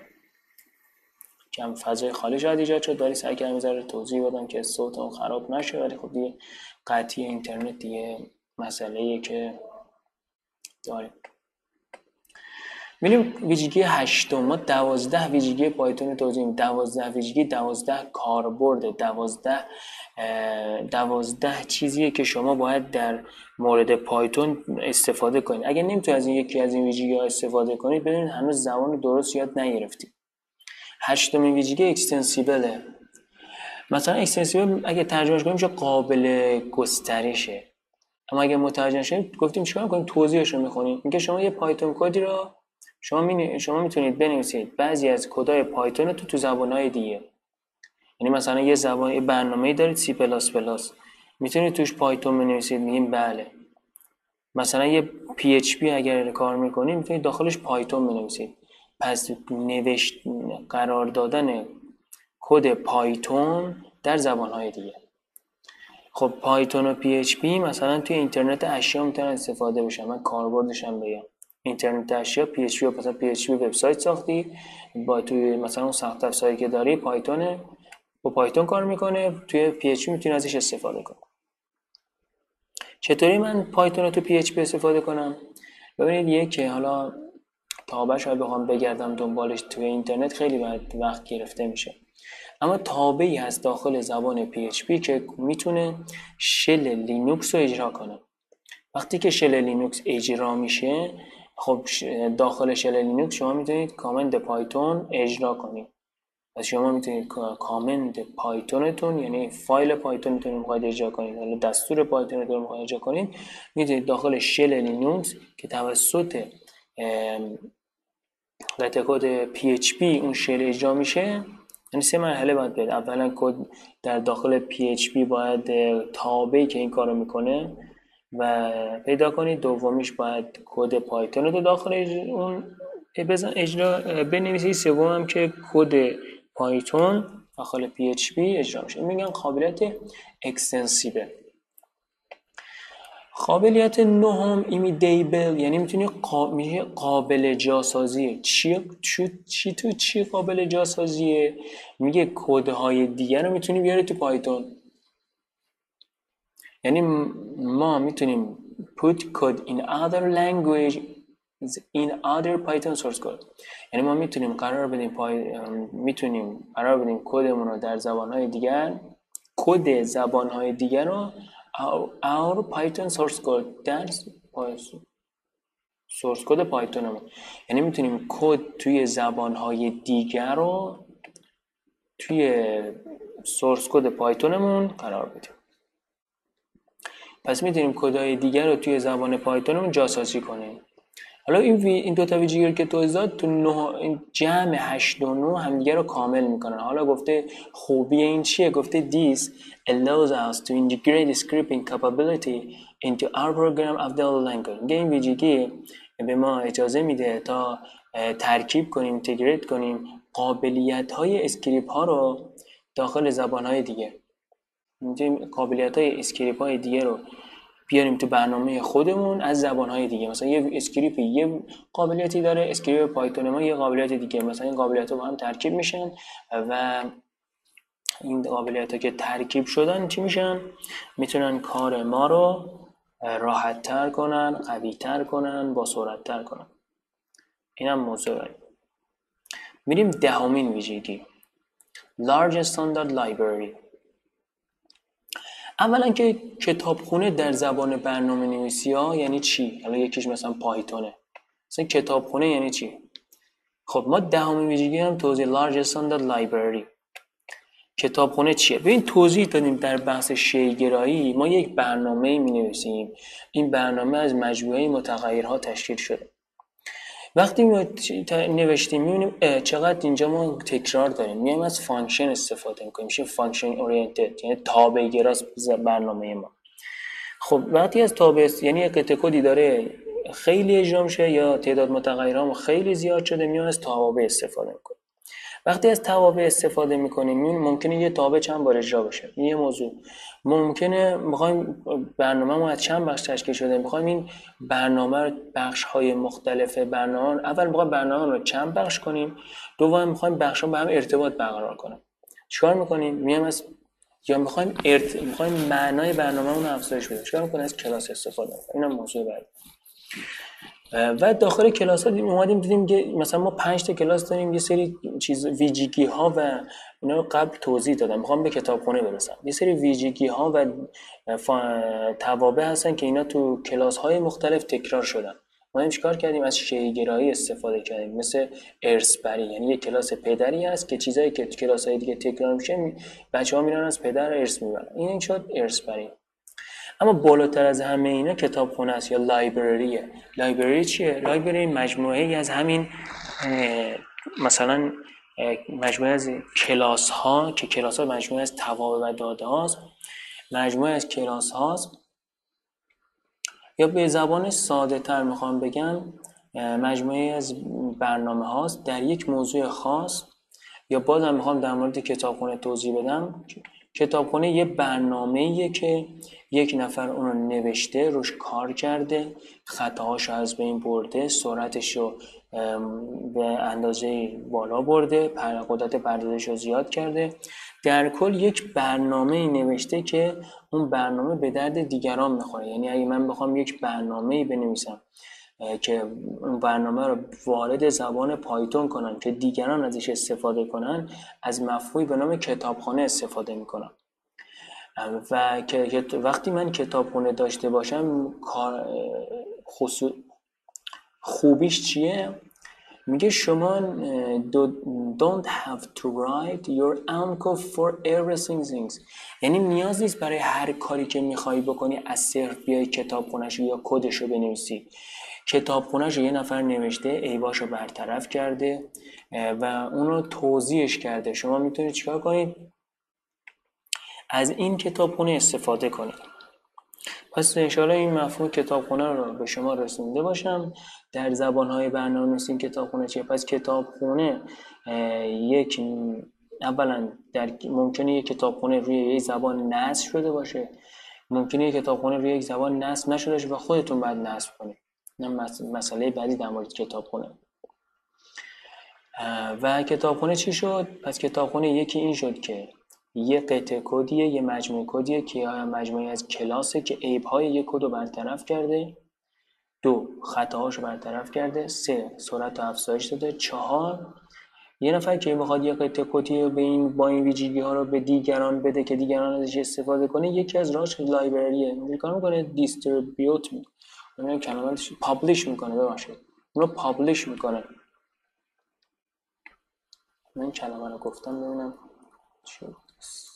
کم فضای خالی شاید ایجاد شد، داری سعی کردم یه ذره توضیح بدم که صوت اون خراب نشه، ولی خب دیگه قطعی اینترنت دیگه مسئله‌ایه که داریم. میریم ویژگی هشتم. ما دوازده ویژگی پایتون توضیح میدیم. دوازده ویژگی، دوازده کاربرد، دوازده دوازده چیزیه که شما باید در مورد پایتون استفاده کنید. اگر نمیتونید از این یکی از این ویژگی ها استفاده کنید، بدونید هنوز زبان درست یاد نگرفتید. هشتمین ویژگی اکستنسیبله. مثلا اکستنسیبل اگه ترجمهش کنیم میشه قابل گسترشه. اما اگه مترجم شدید گفتیم چیکار می‌کنیم؟ توضیحش رو می‌خونیم. میگه شما یه پایتون کدی رو شما می شما میتونید بنویسید بعضی از کدای پایتون رو تو تو زبان‌های دیگه. یعنی مثلا یه زبان یه برنامه‌ای دارید سی پلاس پلاس، میتونید توش پایتون بنویسید. میگیم بله. مثلا یه پی اچ پی اگر کار می‌کنید میتونید داخلش پایتون بنویسید. پس نوشت قرار دادن کد پایتون در زبان‌های دیگه. خب پایتون و پی اچ پی مثلا توی اینترنت اشیا میتونن استفاده بشن. من کاربردش هم بگم. اینترنت اشیا پی اچ پی، مثلا پی اچ پی وبسایت ساختی، با توی مثلا اون سخت افزاری که داری پایتون، با پایتون کار میکنه، توی پی اچ پی میتونی ازش استفاده کنی. چطوری من پایتون رو تو پی اچ پی استفاده کنم؟ ببینید یک که حالا تابع شاید بخوام بگردم دنبالش توی اینترنت خیلی وقت گرفته میشه. اما تابعی هست داخل زبان پی اچ پی که میتونه شل لینوکس رو اجرا کنه. وقتی که شل لینوکس اجرا میشه، خب داخل شل لینوکس شما میتونید کامند پایتون اجرا کنید. پس شما میتونید کامند پایتونتون، یعنی فایل پایتونتون رو میخواید اجرا کنید، حالا دستور پایتونتون رو میخواید اجرا کنید، میتونید داخل شل لینوکس که توسط قطعه کد پی اچ پی اون شل اجرا میشه. یعنی سه مرحله باید برید. اولا کد در داخل پی اچ پی باید تابعی که این کارو میکنه و پیدا کنید. دومیش باید کد پایتون رو داخل اون بزن اجرا بنویسید. سوم هم که کد پایتون داخل پی اچ پی اجرا میشه. میگن قابلیت اکستنسیبل. قابلیت نهم ایمیدیبل، یعنی میتونی قا... قابل جاسازیه. چی چی چی تو چی قابل جاسازیه؟ میگه کدهای دیگر رو میتونی بیاری تو پایتون. یعنی ما میتونیم put code in other language in other Python source code. یعنی ما میتونیم قرار بدیم پای... میتونیم قرار بدیم کدمون رو در زبانهای دیگر، کد زبانهای دیگر رو our Python source code در سورس کد پایتونمون. یعنی میتونیم کد توی زبانهای دیگر رو توی سورس کد پایتونمون قرار بدیم. پس میتونیم کدهای دیگر رو توی زبان پایتونمون جاسازی کنیم. حالا این وی این دو تا ویژگی که توضیح داد تو نه این جمع هشت و نه همدیگه رو کامل میکنن. حالا گفته خوبی این چیه؟ گفته this allows us to integrate scripting capability into our program of the language. این ویژگی به ما اجازه میده تا ترکیب کنیم، اینتگریت کنیم قابلیت‌های اسکریپت ها رو داخل زبان‌های دیگه. میتونیم قابلیت‌های اسکریپت های دیگه رو بیاریم تو برنامه خودمون از زبان‌های دیگه. مثلا یه اسکریپت یه قابلیتی داره، اسکریپت پایتون ما یه قابلیت دیگه، مثلا این قابلیت‌ها با هم ترکیب میشن و این قابلیت‌ها که ترکیب شدن چی میشن؟ میتونن کار ما رو راحت‌تر کنن، قوی‌تر کنن، با سرعت‌تر کنن. اینم موضوع داریم. میریم دهمین ویژگی Large Standard Library. اولا که کتابخونه در زبان برنامه نویسی ها یعنی چی؟ حالا یکیش مثلا پایتونه. مثلا کتابخونه یعنی چی؟ خب ما دهمین ویژگی هم توضیح Large Standard Library. کتابخونه چیه؟ ببین توضیح دادیم در بحث شی‌گرایی ما یک برنامه می نویسیم. این برنامه از مجموعه متغیرها تشکیل شده. وقتی ما نوشتیم می‌بینیم چقدر اینجا ما تکرار داریم. میایم از فانکشن استفاده می‌کنیم. میشه فانکشن اورینتد، یعنی تابع گراست برنامه ما. خب وقتی از تابع یعنی یک قطعه کدی داره خیلی اجرا میشه یا تعداد متغیرها خیلی زیاد شده، میایم از توابع استفاده می‌کنیم. وقتی از توابع استفاده می‌کنیم می‌بینیم ممکنه یه تابع چند بار اجرا بشه. یه موضوع ممکنه می‌خوایم برنامه‌مون از چند بخش تشکیل شده، می‌خوایم این برنامه رو بخش‌های مختلف برنامه اول می‌خوایم برنامه رو چند بخش کنیم، دوم می‌خوایم بخش‌ها با هم ارتباط برقرار کنیم. چیکار می‌کنیم؟ میایم از یا می‌خوایم ارت... می‌خوایم معنای برنامه‌مون رو افزایش بدیم. چیکار می‌کنیم؟ از کلاس استفاده می‌کنیم. اینم موضوع بعدی. و داخل کلاس ها اومدیم دیدیم که مثلا ما پنج تا کلاس داریم، یه سری چیز ویژگی ها و اینا قبل توضیح دادم، میخوام به کتابخونه برسم. یه سری ویژگی ها و توابع هستن که اینا تو کلاس های مختلف تکرار شدن. ما هم چیکار کردیم؟ از شی‌گرایی استفاده کردیم، مثل ارث‌بری. یعنی یه کلاس پدری هست که چیزایی که تو کلاس‌های دیگه تکرار میشه بچه‌ها میرن از پدر ارث میبرن. این شد ارث‌بری. اما بالاتر از همه اینا کتابخونه است یا لایبرریه. لایبرری چیه؟ لایبرری مجموعه‌ای از همین مثلا مجموعه از کلاس ها که کلاس ها مجموعه از توابع و داده هاست، مجموعه از کلاس هاست، یا به زبان ساده تر میخوام بگم مجموعه از برنامه هاست در یک موضوع خاص. یا بازم میخوام در مورد کتابخونه توضیح بدم. کتابخونه یه برنامه‌ایه که یک نفر اون رو نوشته، روش کار کرده، خطاهاشو از بین برده، سرعتشو به اندازه بالا برده، قدرت پردازشو زیاد کرده. در کل یک برنامه‌ای نوشته که اون برنامه به درد دیگران میخوره. یعنی اگه من بخوام یک برنامه‌ای بنویسم که اون برنامه رو وارد زبان پایتون کنن که دیگران ازش استفاده کنن، از مفهومی به نام کتابخانه استفاده میکنم. و که وقتی من کتابخانه داشته باشم خصوص خوبیش چیه؟ میگه شما don't have to write your own code for everything. یعنی نیاز نیست برای هر کاری که میخوای بکنی از صفر بیای کتابخونه‌شو یا کدشو بنویسی. کتابخونه‌شو یه نفر نوشته، عیباشو برطرف کرده و اونو توضیحش کرده. شما میتونید چیکار کنید؟ از این کتابخونه استفاده کنید. پس انشاءالله این مفهوم کتابخونه رو به شما رسونده باشم. در زبان‌های برنامه‌نویسی کتابخونه چیه؟ پس کتابخونه یک اولا در ممکنه یک کتابخونه روی یک زبان نصب شده باشه، ممکنه یک کتابخونه روی یک زبان نصب نشده باشه و خودتون باید نصب کنید. این مسئله بعدی در مورد کتابخونه. و کتابخونه چی شد؟ پس کتابخونه یکی این شد که یه قطعه کدیه، یه مجموعه کدیه که مجموعه از کلاسه که عیب‌های یک کد رو برطرف کرده. دو، خطاهاشو برطرف کرده. سه، سرعت رو افزایش داده. چهار، یه نفر که میخواد یه قطعه کدی رو به این با این ویژگی ها رو به دیگران بده که دیگران ازش استفاده کنه، یکی از راهش لایبرریه. میگه میکنه دیستریبیوت میکنه، کلمه پابلش میکنه، ببخشید اون رو پابلش میکنه. من کلمه رو گفتم ببینم چی بود.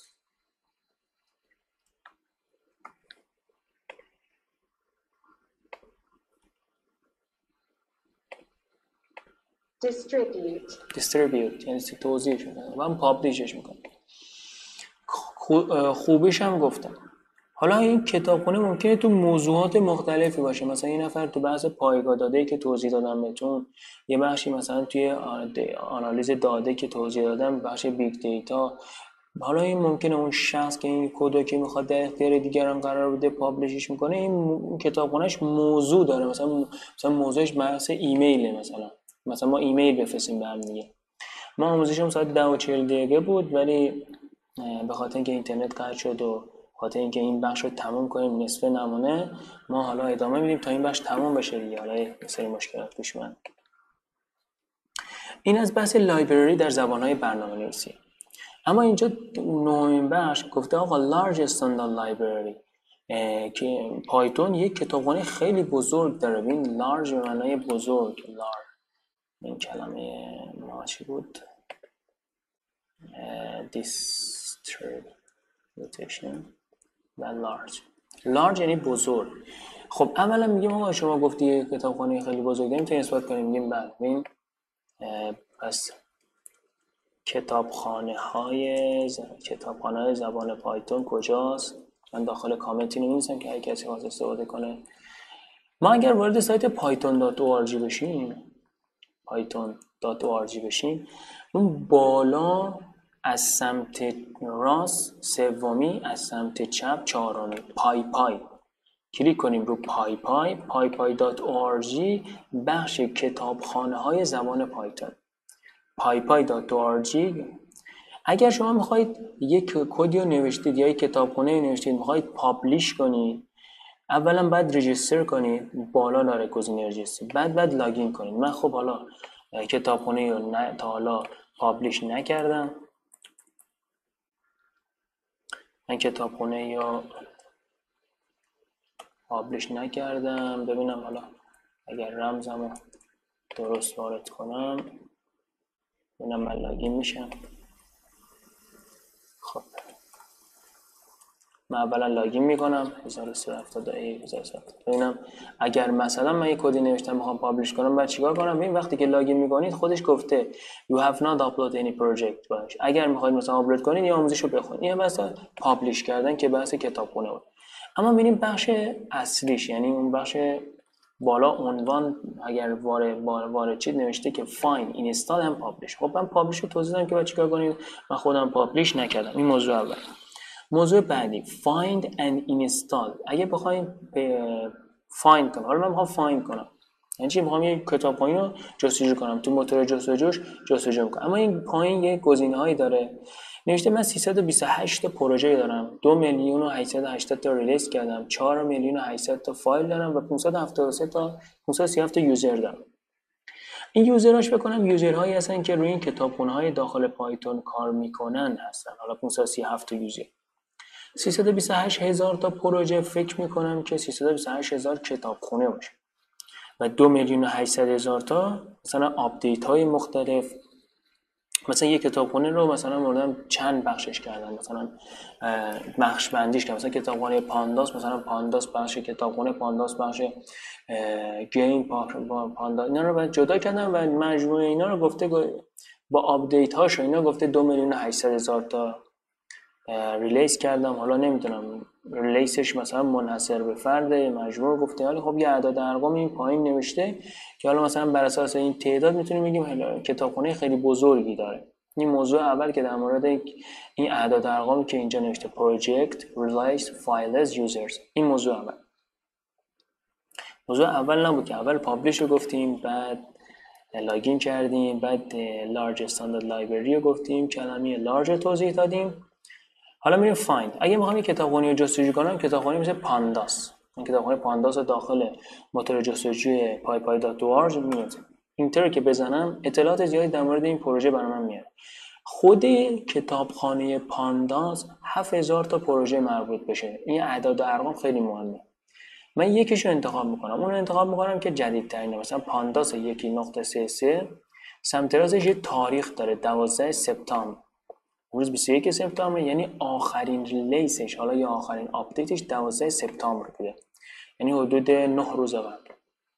distribute distribute یعنی توزیعش میکنه. من پابلیشش میکنم. خوبیش هم گفتم. حالا این کتابخونه ممکنه تو موضوعات مختلفی باشه. مثلا این نفر تو بحث پایگاه داده که توضیح دادم بهتون، یه بخشی مثلا توی آنالیز داده که توضیح دادم، بخش بیگ دیتا. حالا این ممکنه اون شخص که این کدو که میخواد در اختیار دیگران قرار بده پابلشش میکنه، این کتابخونهش موضوع داره. مثلا مثلا موضوعش بحث ایمیله. مثلا مثلا ما ایمیل بفرستیم به هم دیگه. ما آموزشمون ساعت ده و چهل دقیقه بود، ولی به خاطر اینکه اینترنت قطع شد و خاطر اینکه این بخش رو تموم کنیم نصف نمونه، ما حالا ادامه میدیم تا این بخش تموم بشه دیگه. حالا یه سری مشکلات پیش اومد. این از بحث لایبرری در زبان‌های برنامه‌نویسی. اما اینجا نوعین بخش گفته آقا large standard library که پایتون یک کتابخانه خیلی بزرگ داره. این large به معنای بزرگ. large این کلمه ما چی بود؟ distribution و large. large یعنی بزرگ. خب اولا میگیم آقا شما گفتی کتابخانه خیلی بزرگ داریم، تا اثبات کنیم. میگیم بله. ببین پس کتابخانه های ز... کتابخانه های زبان پایتون کجاست؟ من داخل کامنتی نمی‌نویسم که هر کسی خواست استفاده کنه. ما اگر وارد سایت پایتون دات او آر جی بشیم، پایتون دات او آر جی بشیم، اون بالا از سمت راست سومی، از سمت چپ چهارمی، پای پای کلیک کنیم رو پای پای پای پای دات او آر جی، بخش کتابخانه های زبان پایتون. پای پای دات او آر جی. اگر شما میخواید یک کدی رو نوشتید یا یک کتابخونه نوشتید میخواید پابلیش کنید، اولا باید رجیستر کنید، بالا داره گزینه رجیستر، بعد بعد لاگین کنید. من خب حالا کتابخونه رو نه تا حالا پابلیش نکردم، من کتابخونه یا پابلیش نکردم. ببینم حالا اگر رمزمو درست وارد کنم ببینم من لاگین میشم. خب من اولا لاگین میکنم هزار و سیصد و هفتاد و یک هزار و سیصد و هفتاد. ببینم اگر مثلا من یه کدی نوشتم میخوام پابلیش کنم بعد چیکار کنم. ببین وقتی که لاگین میکنید خودش گفته you have not uploaded any project باش. اگر میخواید مثلا آپلود کنید یه آموزشو بخونید. این بحث پابلیش کردن که بحث کتابخونه بود. اما ببینیم بخش اصلیش، یعنی اون بخش بالا عنوان اگر وارد وارد چید نوشته که find install and publish. خب من پابلیش رو توضیح دادم که بعد چیکار کنید. من خودم پابلیش نکردم. این موضوع اول. موضوع بعدی find and install. اگه بخوایم find کنم، حالا من میخوام find کنم یعنی چی؟ میخوام یه کتابخونه‌ای رو جستجو کنم، تو موتور جستجوش جستجو میکنم. اما این پایین یه گزینه‌هایی داره نوشته من سیصد و بیست و هشت تا پروژه دارم، دو میلیون و هشتصد و هشتاد تا ریلیز کردم، چهار میلیون و هشتصد تا فایل دارم و پانصد و هفتاد و سه تا پانصد و سی و هفت تا یوزر دارم. این یوزراش بکنم یوزرهایی هستن که روی این کتابخونه‌های داخل پایتون کار میکنن هستن. حالا پانصد و سی و هفت تا یوزر، سیصد و بیست و هشت هزار تا پروژه، فکر میکنم که سیصد و بیست و هشت هزار کتابخونه باشه و دو میلیون و هشتصد هزار تا مثلا آپدیت های مختلف. مثلا یک کتابخونه رو مثلا مردم چند بخشش کردن، مثلا بخش بندیش کردن. مثلا کتابخونه پانداس، مثلا پانداس بخش کتابخونه، پانداس بخش گیم پاندا، اینا رو بعد جدا کردن و مجموعه اینا رو گفته با آپدیت هاش اینا گفته دو میلیون و هشتصد هزار تا ریلیز کردم. حالا نمیدونم ریلیزش مثلا منحصر به فرد مجموع گفته، ولی خب یه اعداد ارقام این پایین نوشته که حالا مثلا بر اساس این تعداد میتونیم بگیم کتابخونه خیلی بزرگی داره. این موضوع اول که در مورد این اعداد ارقامی که اینجا نوشته project release files users، این موضوع اول. موضوع اول نبود که اول پابلیش رو گفتیم، بعد لاگین کردیم، بعد large standard library رو گفتیم، کلمه large توضیح دادیم. حالا میریم فایند. اگه میخوام یه کتابخونه‌ای رو جستجو کنم، کتابخونه مثل پانداس، این کتابخونه پانداس رو داخل موتور جستجوی پای پای دات اورگ میاد. اینتر که بزنم اطلاعات زیادی در مورد این پروژه برای من میاد. خود کتابخانه پانداس هفت هزار تا پروژه مربوط بشه. این اعداد و ارقام خیلی مهمه. من یکیش رو انتخاب میکنم، اون رو انتخاب میکنم که جدیدترینه، مثلا پانداس یکی نقطه سه سه، سمت راستش یه تاریخ داره دوازده سپتامبر، روز بیست و یک سپتامبر، یعنی آخرین ریلیزش حالا یا آخرین آپدیتش دوازده سپتامبر بوده، یعنی حدود نه روز قبل.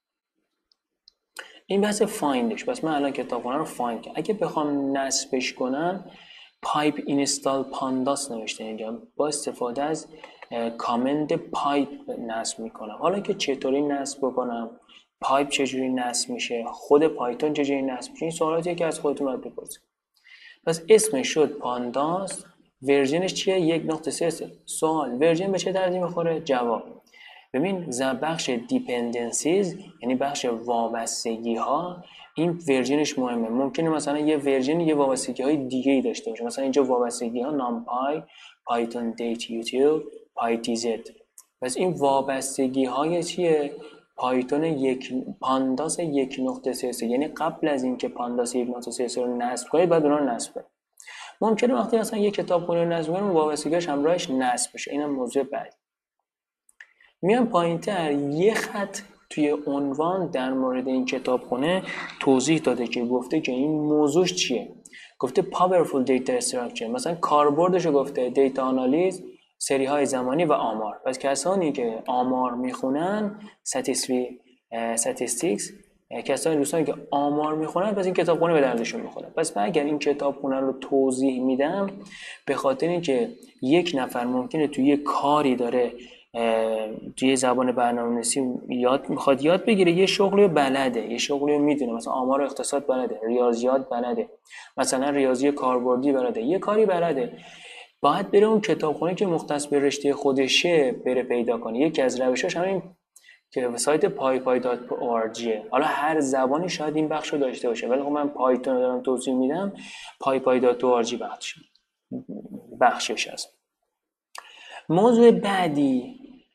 این بحث فایندش. پس من الان کتابخونه رو فایند کنم. اگه بخوام نصبش کنم پایپ اینستال پانداس نوشته اینجا، با استفاده از کامند پایپ نصب میکنم. حالا که چطوری نصب بکنم، پایپ چجوری نصب میشه، خود پایتون چجوری نصب میشه، این سوالاتیه که از خودتون باید بپرسید. پس اسمش شد پانداس، ورژنش چیه؟ یک نقطه سه سه. سوال ورژن به چه دردی میخوره؟ جواب. ببین بخش دیپندنسیز یعنی بخش وابستگی ها، این ورژنش مهمه. ممکنه مثلا یه ورژن یه وابستگی های دیگه ای داشته باشه، مثلا اینجا وابستگی ها نامپای، پایتون دیت یوتیوب، پای تی زد. پس این وابستگی های چیه؟ پایتون یک پانداس یک نقطه سه سه، یعنی قبل از اینکه پانداس یک نقطه سه سه رو نصب کنید بعد اونها رو نصب کنید. ممکنه وقتی اصلا یک کتابخونه رو نصب کنید وابستگیش همراهش نصب بشه. اینم موضوع بعدی. میام پایینتر یه خط توی عنوان در مورد این کتابخونه توضیح داده که گفته که این موضوعش چیه. گفته powerful data structure، مثلا کاربردش رو گفته دیتا آنالیز، سری های زمانی و آمار. پس کسانی که آمار میخونن statistics، کسانی دوستانی که آمار میخونن پس این کتابخونه به دردشون میخوره. پس من اگر این کتابخونه رو توضیح میدم به خاطر اینکه یک نفر ممکنه توی یه کاری داره توی زبان برنامه‌نویسی یاد میخواد یاد بگیره، یه شغلی بلده، یه شغلی میدونه، مثلا آمار و اقتصاد بلده، ریاضیات بلده، مثلا ریاضی کاربردی بلده، یه کاری بلده، باید بره اون کتابخونه که مختص به رشته خودشه بره پیدا کنه. یکی از روشاش همین که سایت پای پای دات اورگ. حالا هر زبانی شاید این بخش رو داشته باشه، ولی خب من پایتون رو دارم توضیح میدم، پای پای دات اورگ بخش بخشش هست. موضوع بعدی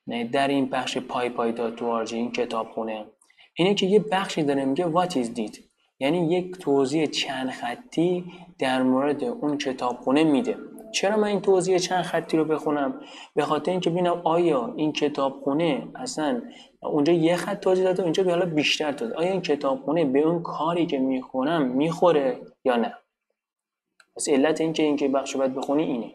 در این بخش پای پای دات او آر جی این کتابخونه اینه که یه بخشی داره میگه what is did، یعنی یک توضیح چند خطی در مورد اون کتابخونه میده. چرا من این توضیح چند خطی رو بخونم؟ به خاطر اینکه ببینم آیا این کتابخونه اصلا اونجا یه خط توضیح داده، اونجا به حالا بیشتر داده، آیا این کتابخونه به اون کاری که میخونم میخوره یا نه. پس علت این که این که بخش باید بخونی اینه.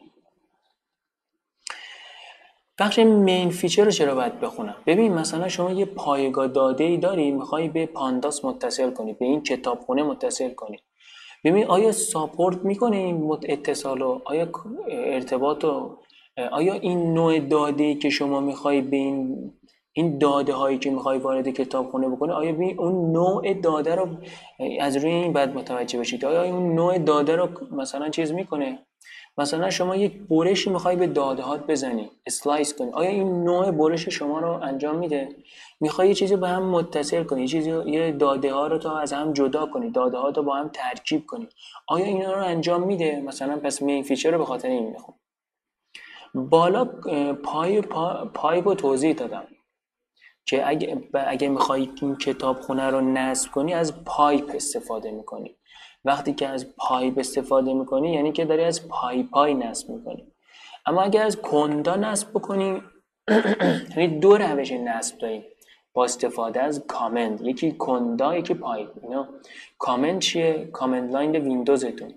بخش مین فیچر رو چرا باید بخونم؟ ببین مثلا شما یه پایگاه داده ای داری، میخوای به پانداس متصل کنی، به این کتابخونه متصل کنی. ببین آیا ساپورت میکنه این اتصالو، آیا ارتباط رو، آیا این نوع داده ای که شما میخوای به این این داده هایی که میخوای وارد کتابخونه بکنی، آیا ببین اون نوع داده رو از روی این بعد متوجه بشید، آیا اون نوع داده رو مثلا چیز میکنه؟ مثلا شما یک برشی میخوای به داده هات بزنی، اسلایس کنی، آیا این نوع برش شما رو انجام میده؟ میخوای یه چیزی با هم متصل کنی، یه چیزی یه داده ها رو تا از هم جدا کنی، داده ها رو با هم ترکیب کنی، آیا اینا رو انجام میده؟ مثلا پس مین فیچر رو به خاطر این میخوام. بالا پای پای, پای با توضیح دادم که اگه اگه میخوای این کتابخونه رو نصب کنی از پایپ استفاده میکنی. وقتی که از پایپ استفاده میکنی یعنی که داری از پای پای نصب میکنی. اما اگر از کندا نصب بکنی یعنی دو روش نصب داریم با استفاده از کامند، یکی کندا یکی پایپ. اینا کامند چیه؟ کامند لاین ویندوزتون،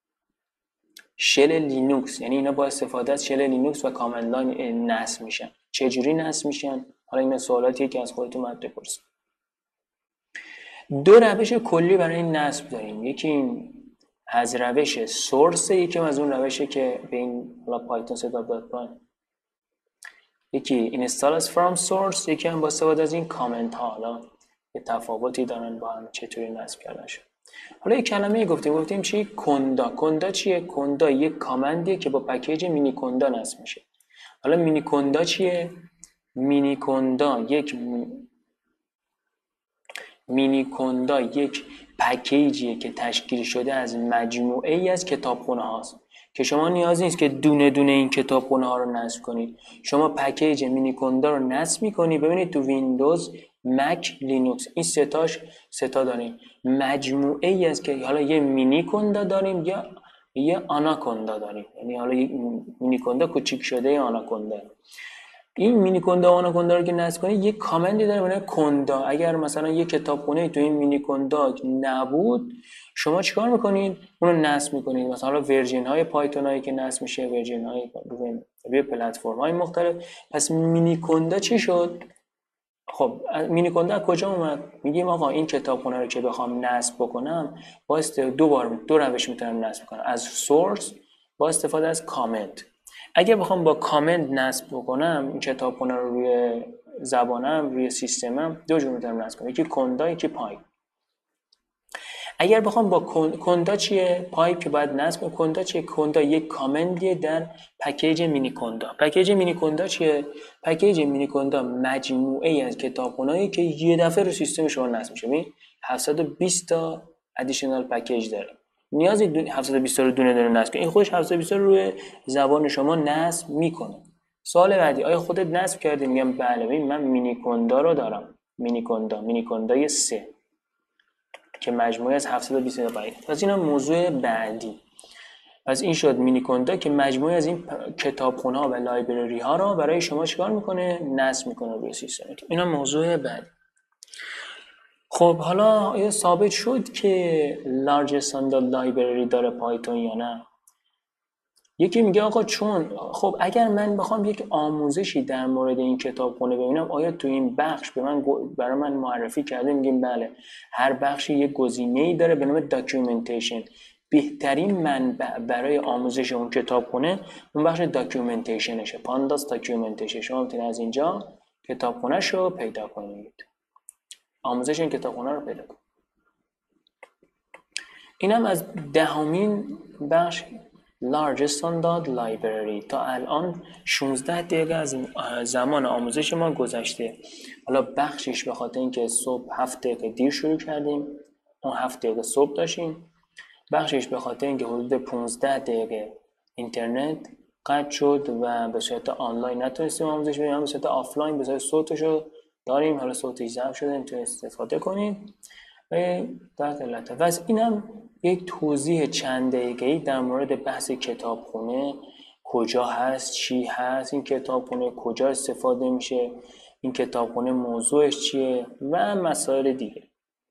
شل لینوکس، یعنی اینا با استفاده از شل لینوکس و کامند لاین نصب میشن. چجوری نصب میشن؟ حالا این سوالاتیه که از خودتون باید بپرسید. دو روش کلی برای این نصب داریم، یکی این از روش سورس، یکی از اون روشه که به این حالا پایتون صدا داد پایین، یکی install as from source، یکی هم با استفاده از این کامنت ها. حالا یه تفاوتی دارن با هم چطوری نصب کردن شد. حالا یک کلمه گفتیم گفتیم چی؟ کندا. کندا چیه؟ کندا یک کامندیه که با پکیج مینی کندا نصب میشه. حالا مینی کندا چیه؟ مینی کندا یک مینی کندا یک پکیجیه که تشکیل شده از مجموعه ای از کتابخونه هاست که شما نیاز نیست که دونه دونه این کتابخونه ها رو نصب کنید. شما پکیج مینی کندا رو نصب می‌کنی. ببینید تو ویندوز، مک، لینوکس این سه تاش سه تا داریم، مجموعه ای از که حالا یه مینی کندا داریم یا یه آناکوندا داریم، یعنی حالا یه مینی کندا کوچیک شده یا آناکوندا. این مینی کندا و آناکوندا رو که نصب کنید یک کامندی داره به نام کندا. اگر مثلا یک کتابخونه تو این مینی کندا نبود، شما چیکار میکنید؟ اون رو نصب میکنید. مثلا ورژن های پایتون هایی که نصب میشه، ورژن های روی پلتفرم های مختلف. پس مینی کندا چی شد؟ خب مینی کندا از کجا اومد؟ میگیم آقا این کتابخونه رو که بخوام نصب بکنم با دو بار دو روش میتونم نصب کنم، از سورس با استفاده از کامنت. اگه بخوام با کامنت نصب بکنم این کتابخونه رو روی زبانم، روی سیستمم، دو جور میتونم نصب کنم، یکی کندا یکی پایپ. اگر بخوام با کندا چیه؟ پایپ که باید نصب کنم. کندا چیه؟ کندا یک کامندیه در پکیج مینی کندا. پکیج مینی کندا چیه؟ پکیج مینی کندا مجموعه ای از کتابخونه‌ای که یه دفعه رو سیستم شما نصب میشه. ببین هفتصد و بیست تا ادیشنال پکیج داره، نیازی هفتصد و بیست تا رو دونه دونه نصب کنی. این خودش هفتصد و بیست تا رو روی زبان شما نصب میکنه. سوال بعدی، آیا خودت نصب کردی؟ میگم بله. ببین من مینی کندا رو دارم، مینی کندا، مینی کندای سه که مجموعه از هفتصد و بیست تا باید. پس اینا موضوع بعدی. پس این شد مینی کندا که مجموعه از این کتابخونه ها و لایبرری ها رو برای شما چیکار میکنه؟ نصب میکنه روی سیستم. اینا موضوع بعدی. خب حالا آیا ثابت شد که لارج استاندارد لایبرری داره پایتون یا نه؟ یکی میگه آقا چون خب اگر من بخوام یک آموزشی در مورد این کتابخونه ببینم، آیا تو این بخش به من برای من معرفی کرده؟ میگیم بله. هر بخشی یک گزینه‌ای داره به نام داکیومنتیشن. بهترین منبع برای آموزش اون کتابخونه اون بخش داکیومنتیشنشه، پانداس داکیومنتیشن. شما میتونید از اینجا کتابخونه‌ش رو پیدا کنید، آموزش این کتابخونه رو پیدا کنید. اینم از دهمین بخش Large Standard Library. تا الان شانزده دقیقه از زمان آموزش ما گذشته. حالا بخشش به خاطر اینکه صبح هفت دقیقه دیر شروع کردیم، اون هفت دقیقه صبح داشتیم. بخشش به خاطر اینکه حدود پانزده دقیقه اینترنت قطع شد و به صورت آنلاین نتونستیم آموزش بدیم، به صورت آفلاین به صورت صوتشو داریم، حالا صوتش ضبط شده میتونید استفاده کنید و در دلت. و از اینم یک توضیح چند دقیقه‌ای در مورد بحث کتابخونه، کجا هست، چی هست این کتابخونه، کجا استفاده میشه، این کتابخونه موضوعش چیه و مسائل دیگه.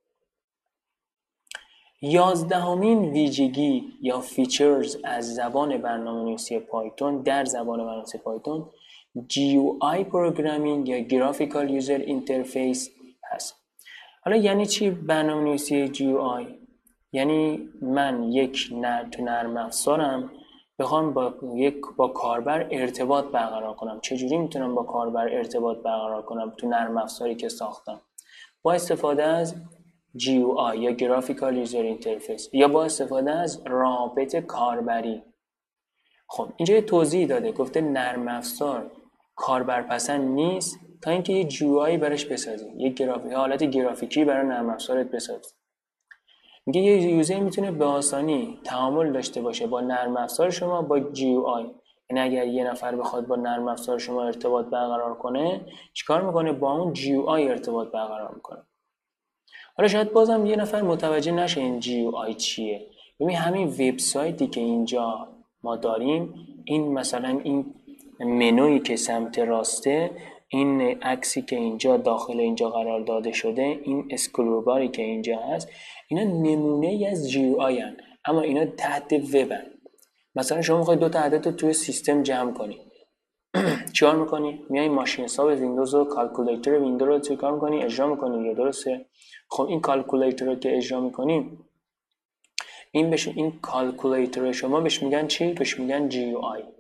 یازدهمین ویژگی یا فیچرز از زبان برنامه‌نویسی پایتون در زبان برنامه‌نویسی پایتون جی یو آی پروگرامینگ یا گرافیکال یوزر اینترفیس هست. حالا یعنی چی برنامه‌نویسی جی یو آی؟ یعنی من یک نر تو نرم افزارم بخوام با یک با کاربر ارتباط برقرار کنم. چجوری میتونم با کاربر ارتباط برقرار کنم تو نرم افزاری که ساختم؟ با استفاده از جی یو آی یا گرافیکال یوزر اینترفیس یا با استفاده از رابط کاربری. خب اینجا یه توضیح داده، گفته نرم افزار کاربرپسند نیست تا اینکه یه جی یو آی براش بسازی، یک گرافیک حالت گرافیکی برای نرم افزارت بسازی. میگه یه یوزر میتونه به آسانی تعامل داشته باشه با نرم افزار شما با جی یو آی. یعنی اگر یه نفر بخواد با نرم افزار شما ارتباط برقرار کنه، چیکار میکنه؟ با اون جی یو آی ارتباط برقرار میکنه. حالا شاید بازم یه نفر متوجه نشه این جی یو آی چیه. ببین همین وبسایتی که اینجا ما داریم، این مثلا این منویی که سمت راسته، این عکسی که اینجا داخل اینجا قرار داده شده، این اسکرول باری که اینجا هست، اینا نمونه ای از جی یو آی هن، اما اینا تحت وب هن. مثلا شما میخوای دو تا عدد رو توی سیستم جمع کنی، چیکار میکنی؟ میای ماشین حساب ویندوز و کالکولیتر ویندوز رو چیکار میکنی؟ اجرا میکنی یا درسته؟ خب این کالکولیتر رو که اجرا میکنی، این بشه این کالکولیتر شما بهش میگن چی؟ بهش میگن جی یو آی.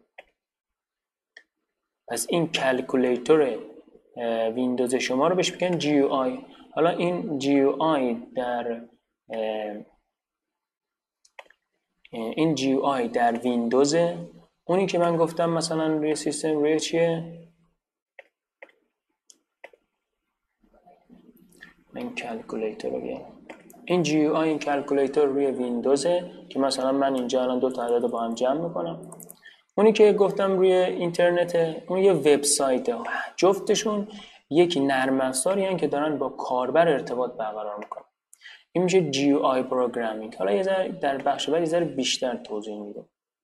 پس این کالکولیتر ویندوز شما رو بهش میگن جی یو آی. حالا این جی یو آی در این جی یو آی در ویندوز، اونی که من گفتم مثلا روی سیستم روی چیه؟ این کالکولیتر رو بیارم. این جی یو آی این کالکولیتر روی ویندوزه که مثلا من اینجا الان دو تا عدد با هم جمع میکنم. اونی که گفتم روی اینترنت، اون یه وبسایته. جفتشون یک نرم افزاری هستن که دارن با کاربر ارتباط برقرار میکنن. این میشه جی یو آی پروگرامینگ. حالا یه ذره در بخش بعد یه ذره بیشتر توضیح میدم.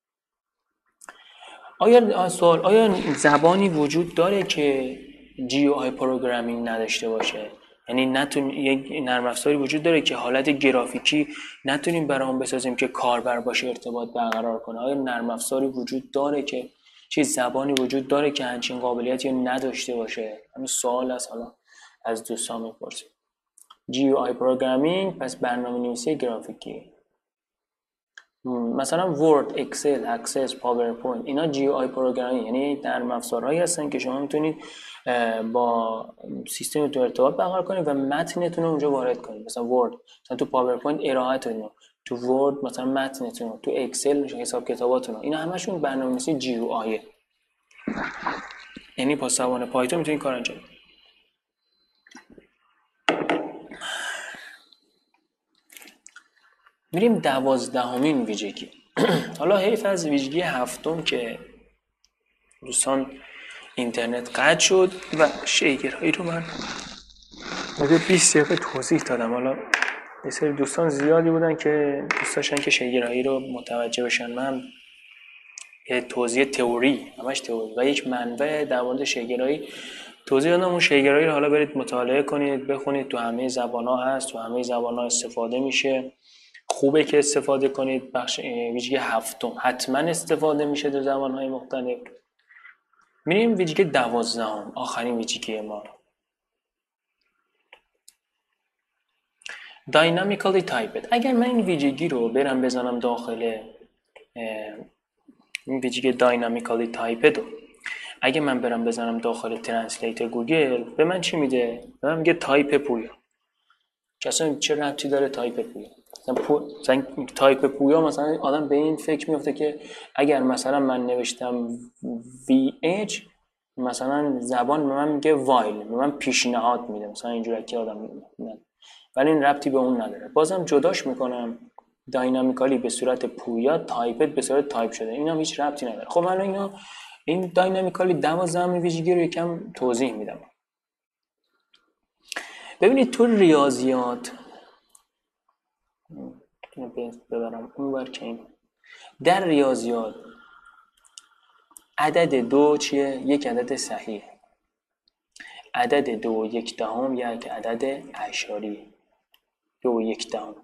آیا سوال آیا زبانی وجود داره که جی یو آی پروگرامینگ نداشته باشه؟ یعنی نتون یک نرم افزاری وجود داره که حالت گرافیکی نتونیم برام بسازیم که کاربر باشه ارتباط برقرار کنه؟ آیا نرم افزاری وجود داره که چیز زبانی وجود داره که همچین قابلیتی نداشته باشه؟ همین سوال است. حالا از دوستان میپرسیم. جی یو آی پروگرامینگ پس برنامه‌نویسی گرافیکی. مثلا ورد، اکسل، اکسس، پاورپوینت، اینا جی یو آی پروگرامینگ، یعنی نرم افزارهایی هستن که شما میتونید با سیستمتون ارتباط برقرار کنید و متنتون رو اونجا وارد کنید. مثلا ورد، مثلا تو پاورپوینت ارائه‌تون، تو ورد مثلا متنتون، تو اکسل حساب کتاباتون، اینا همشون برنامه‌نویسی جی یو آی. یعنی با زبان پایتون میتونید کار انجام بدید. میریم دوازدهمین ویژگی. حالا حیف از ویژگی هفتم که دوستان اینترنت قطع شد و شیگرهایی رو من مدت بیست دقیقه توضیح دادم. حالا یه سری دوستان زیادی بودن که دوست داشتن که شیگرهایی رو متوجه بشن. من یه توضیح تئوری، همش تئوری و یک منبع در مورد شیگرهایی توضیح دادم. اون شیگرهایی رو حالا برید مطالعه کنید، بخونید. تو همه زبان‌ها هست، تو همه زبان‌ها استفاده میشه. خوبه که استفاده کنید. بخش ویژگی هفتم حتما استفاده میشه در زبان‌های مختلف. میریم ویژگی دوازدهم، آخرین ویژگی ما. داینامیکالی تایپد. اگر من این ویژگی رو برم بزنم داخل این ویژگی داینامیکالی تایپد رو اگه من برم بزنم داخل ترنسلیت گوگل، به من چی میده؟ به من میگه تایپ پویا. که اصلا چه ربطی داره تایپ پویا؟ مثلا پو... تایپ پویا مثلا آدم به این فکر میفته که اگر مثلا من نوشتم وی اچ، مثلا زبان به من میگه وایل، به من پیشنهاد میده، مثلا اینجوری که آدم میده. ولی این ربطی به اون نداره. بازم جداش میکنم. داینامیکالی به صورت پویا، تایپت به صورت تایپ شده. اینا هیچ ربطی نداره. خب الان اینا این داینامیکالی دوازدهم ویژگی رو یکم توضیح میدم. ببینید تو ریاضیات ببرم اونور که این در ریاضیات عدد دو چیه؟ یک عدد صحیح. عدد دو و یک دهم یک عدد اعشاری. دو و یک دهم.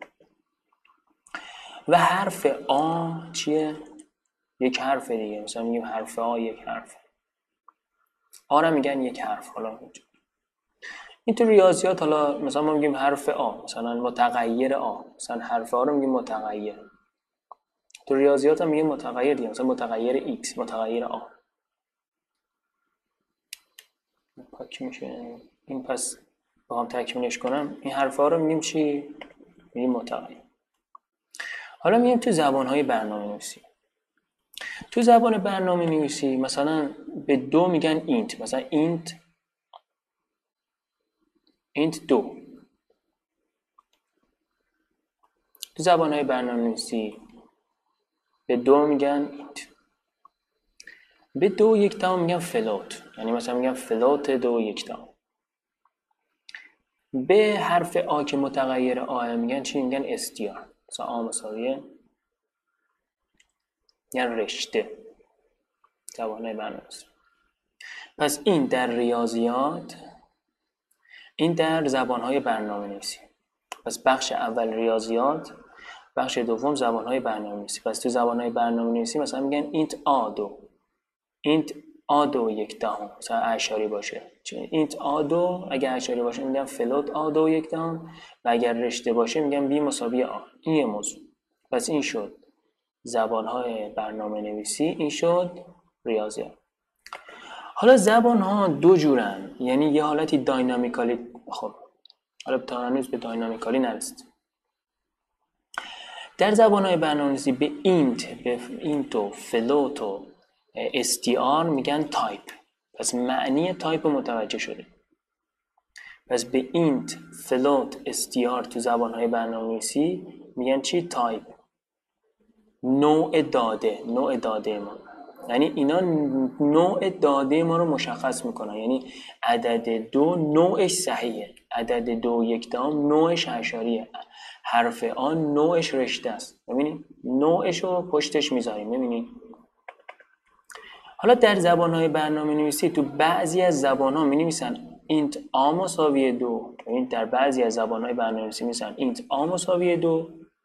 و حرف آ چیه؟ یک حرف دیگه. مثلا میگیم حرف آ یک حرف. آ را میگن یک حرف. حالا این تو ریاضیات، حالا مثلا ما میگیم حرف آ، مثلا متغیر آ، مثلا حرف آ رو میگیم متغیر. تو ریاضیات هم میگیم متغیر دیگه، مثلا متغیر x، متغیر آ. پاک میشه این. پس بخوام تکمیلش کنم، این حرف ها رو میگیم چی؟ میگیم متغیر. حالا میگیم تو زبان‌های برنامه‌نویسی. تو زبان برنامه‌نویسی مثلا به دو میگن اینت، مثلا اینت اینت دو. تو زبان‌های برنامه‌نویسی به دو میگن اینت. به دو یک دهم میگن فلوت، یعنی مثلا میگن فلوت دو یک دهم. به حرف آ که متغیر آ میگن چی؟ میگن استیار. مثلا آ مساویه یعنی رشته. زبان‌های برنامه‌نویسی. پس این در ریاضیات، این در زبان‌های برنامه‌نویسی. پس بخش اول ریاضیات، بخش دوم زبان‌های برنامه‌نویسی. پس تو زبان‌های برنامه‌نویسی مثلا میگن اینت آ دو، اینت آ دو یک دهم، مثلا اعشاری باشه. اینت آ دو اگه اعشاری باشه میگن فلوت آ دو یک دهم، و اگر رشته باشه میگن بی مساوی آ. این یه موضوع. پس این شد زبان‌های برنامه‌نویسی، این شد ریاضیات. حالا زبان‌ها دو جورن، یعنی یه حالتی داینامیکالی. خب حالا تا هنوز به داینامیکالی نرسید. در زبان‌های برنامه‌نویسی به اینت، به اینت و فلوت و استیار میگن تایپ. پس معنی تایپ متوجه شده. پس به اینت، فلوت، استیار تو زبان‌های برنامه‌نویسی میگن چی؟ تایپ. نوع داده، نوع داده ما. یعنی اینا نوع داده ما رو مشخص میکنن. یعنی عدد دو نوعش صحیحه، عدد دو یک دهم نوعش اعشاریه، حرف آن نوعش رشته است. ببینید نوعش رو پشتش میذاریم. ببینید حالا در زبان‌های برنامه‌نویسی تو بعضی از زبان‌ها می‌نویسن اینت آ مساوی دو. ببینید در بعضی از زبان‌های برنامه‌نویسی می‌نویسن اینت آ مساوی دو،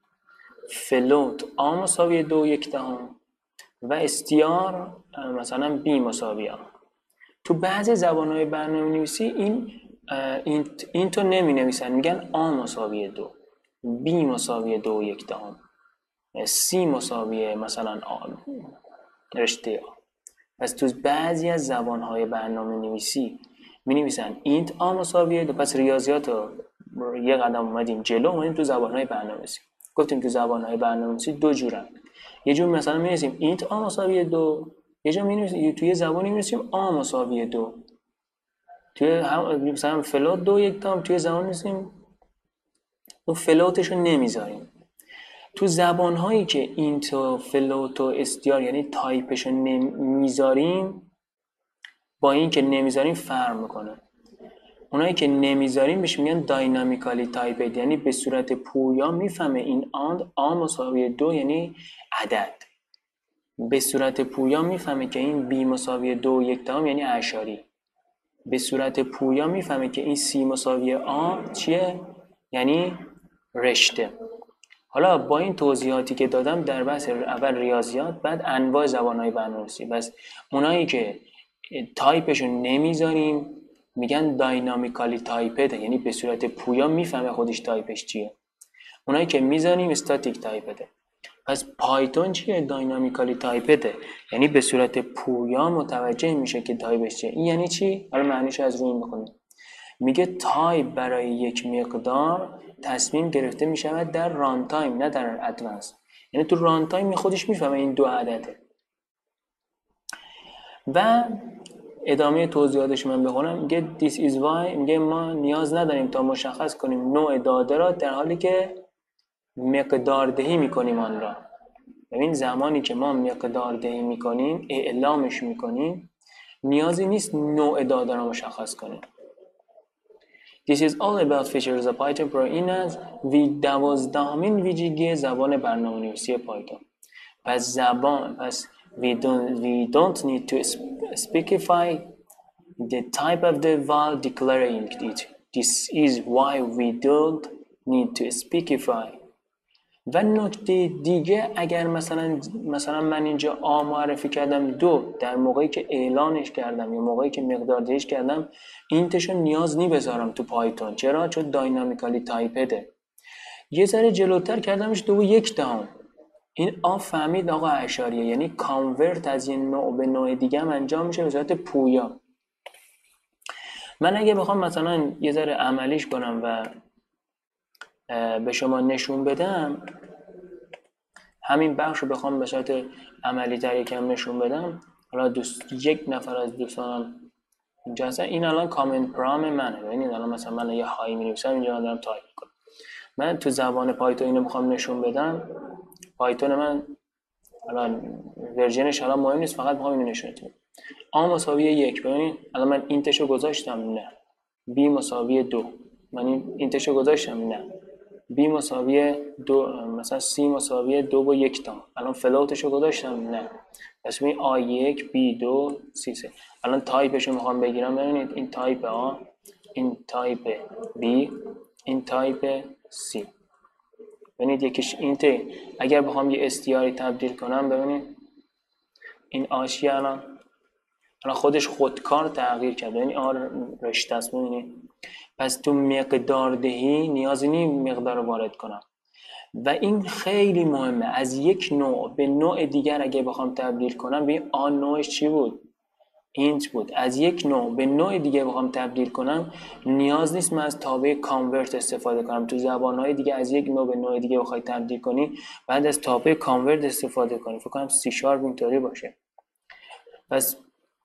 فلوت آ مساوی دو یک دهم و استیار مثلا بی مساوی آ. تو بعضی زبان‌های برنامه‌نویسی این اینت اینتو نمی‌نویسن، میگن آ مساوی دو، بی مساوی دو یک دهم، سی مساوی مثلا آ رشته آ. پس تو بعضی از زبان‌های برنامه‌نویسی می‌نویسن اینت آ مساوی دو. پس ریاضیات رو یه قدم اومدیم جلو، اومدیم تو زبان‌های برنامه‌نویسی. گفتیم تو زبان‌های برنامه‌نویسی دو جورن. یه جور مثلا می‌نویسیم اینت آ مساوی دو، یه جور می‌نویسیم توی زبانی می‌نویسیم آ مساوی دو. توی هم مثلا فلوت دو یک دهم، توی زبان می‌نویسیم اون فلوتش رو نمیذاریم. تو زبان‌هایی که اینت و فلوت و استیار یعنی تایپش رو نمیذاریم، با این که نمیذاریم فرق میکنه. اونایی که نمیذاریم بهش میگن داینامیکالی تایپد، یعنی به صورت پویا میفهمه این آن آ مساوی دو یعنی عدد. به صورت پویا میفهمه که این بی مساوی دو یک دهم یعنی اعشاری. به صورت پویا میفهمه که این سی مساوی آ چیه؟ یعنی رشته. حالا با این توضیحاتی که دادم در بحث اول ریاضیات، بعد انواع زبان‌های برنامه‌نویسی. بس اونایی که تایپشون نمیذاریم میگن داینامیکالی تایپد، یعنی به صورت پویا میفهمه خودش تایپش چیه. اونایی که میذاریم استاتیک تایپده. پس پایتون چیه؟ داینامیکالی تایپده، یعنی به صورت پویا متوجه میشه که تایپش چیه. این یعنی چی؟ حالا معنیش از روی بخونیم. میگه تایپ برای یک مقدار تصمیم گرفته میشود در ران تایم، نه در ادوانس. یعنی تو ران تایم خودش میفهمه این دو عدده. و ادامه توضیحاتش من بخونم. میگه this is why، میگه ما نیاز نداریم تا مشخص کنیم نوع داده را، در حالی که مقدار دهی میکنیم آن را. ببین زمانی که ما مقدار دهی میکنیم، اعلامش میکنیم، نیازی نیست نوع داده را مشخص کنیم. This is all about features of Python Pro. این از وی دوازدهمین ویژگی زبان برنامه‌نویسی پایتون. پس زبان پس we don't we don't need to specify the type of the val declaring it. This is why we don't need to specify. و نکته دیگه اگر مثلا مثلا من اینجا آ معرفی کردم دو، در موقعی که اعلانش کردم یا موقعی که مقدار دهیش کردم اینتشو نیاز نی بذارم تو پایتون. چرا؟ چون داینامیکالی تایپده. یه ذره جلوتر کردمش دو و یک دهم. این آ فهمید آقا اشاریه، یعنی کانورت از یه نوع به نوع دیگه هم انجام میشه به صورت پویا. من اگه بخوام مثلا یه ذره عملیش کنم و به شما نشون بدم، همین بخش رو بخوام به صورت عملی تر یکم نشون بدم، حالا دوست یک نفر از دوستانم اینجا هستن، این الان کامنت پرام منه. ببینید الان مثلا من یه های می‌نویسم اینجا دارم تایپ می‌کنم. من تو زبان پایتون اینو می‌خوام نشون بدم. پایتون من الان ورژنش الان مهم نیست، فقط می‌خوام اینو نشون بدم. آ مساوی یک. ببینید الان من اینتشو گذاشتم نه. بی مساوی دو. من این اینتشو گذاشتم نه. بی مساوی دو، مثلا سی مساوی دو با یک تا. الان فلوتشو گذاشتم نه. پس ببین آ یک بی دو سی سه. الان تایپشو میخوام بگیرم. ببینید این تایپ آ، این تایپ بی، این تایپ سی. ببینید یکیش اینته. اگر بخوام یه استیاری تبدیل کنم، ببینید این آشی الان الان خودش خودکار تغییر کرد. ببینید آ رشته است. ببینید پس تو مقدار دهی نیازی نیست مقدار رو وارد کنم و این خیلی مهمه. از یک نوع به نوع دیگر اگه بخوام تبدیل کنم، ببین آن نوعش چی بود؟ اینت بود. از یک نوع به نوع دیگه بخوام تبدیل کنم نیاز نیست من از تابع کانورت استفاده کنم. تو زبان‌های دیگه از یک نوع به نوع دیگه بخوای تبدیل کنی بعد از تابع کانورت استفاده کنی. فکر کنم سی شارپ اینطوری باشه. پس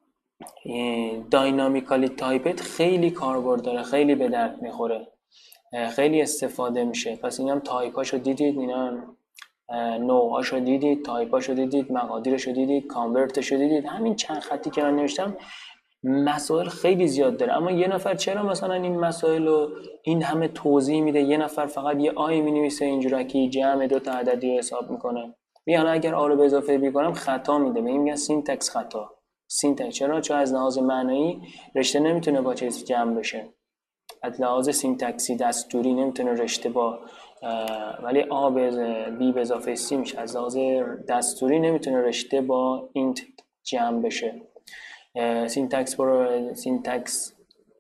داینامیکالی تایپت خیلی کاربرد داره، خیلی به درد میخوره، خیلی استفاده میشه. پس اینم تایپاشو دیدید، اینا نوعاشو دیدید، تایپاشو دیدید، مقادیرشو دیدید، کانورتشو دیدید. همین چند خطی که من نوشتم مسائل خیلی زیاد داره. اما یه نفر چرا مثلا این مسائل رو این همه توضیح میده، یه نفر فقط یه آی مینویسه اینجوری جمع دو تا عددی رو حساب میکنه؟ میگن اگر آ رو به اضافه بی کنم خطا میده. میگن سینتکس خطا. سینتکس چرا؟ چون از لحاظ معنایی رشته نمیتونه با چیز جمع بشه. از لحاظ سینتکسی دستوری نمیتونه رشته با ولی آ به بی به اضافه سی میشه. از لحاظ دستوری نمیتونه رشته با اینت جمع بشه. سینتکس برو سینتکس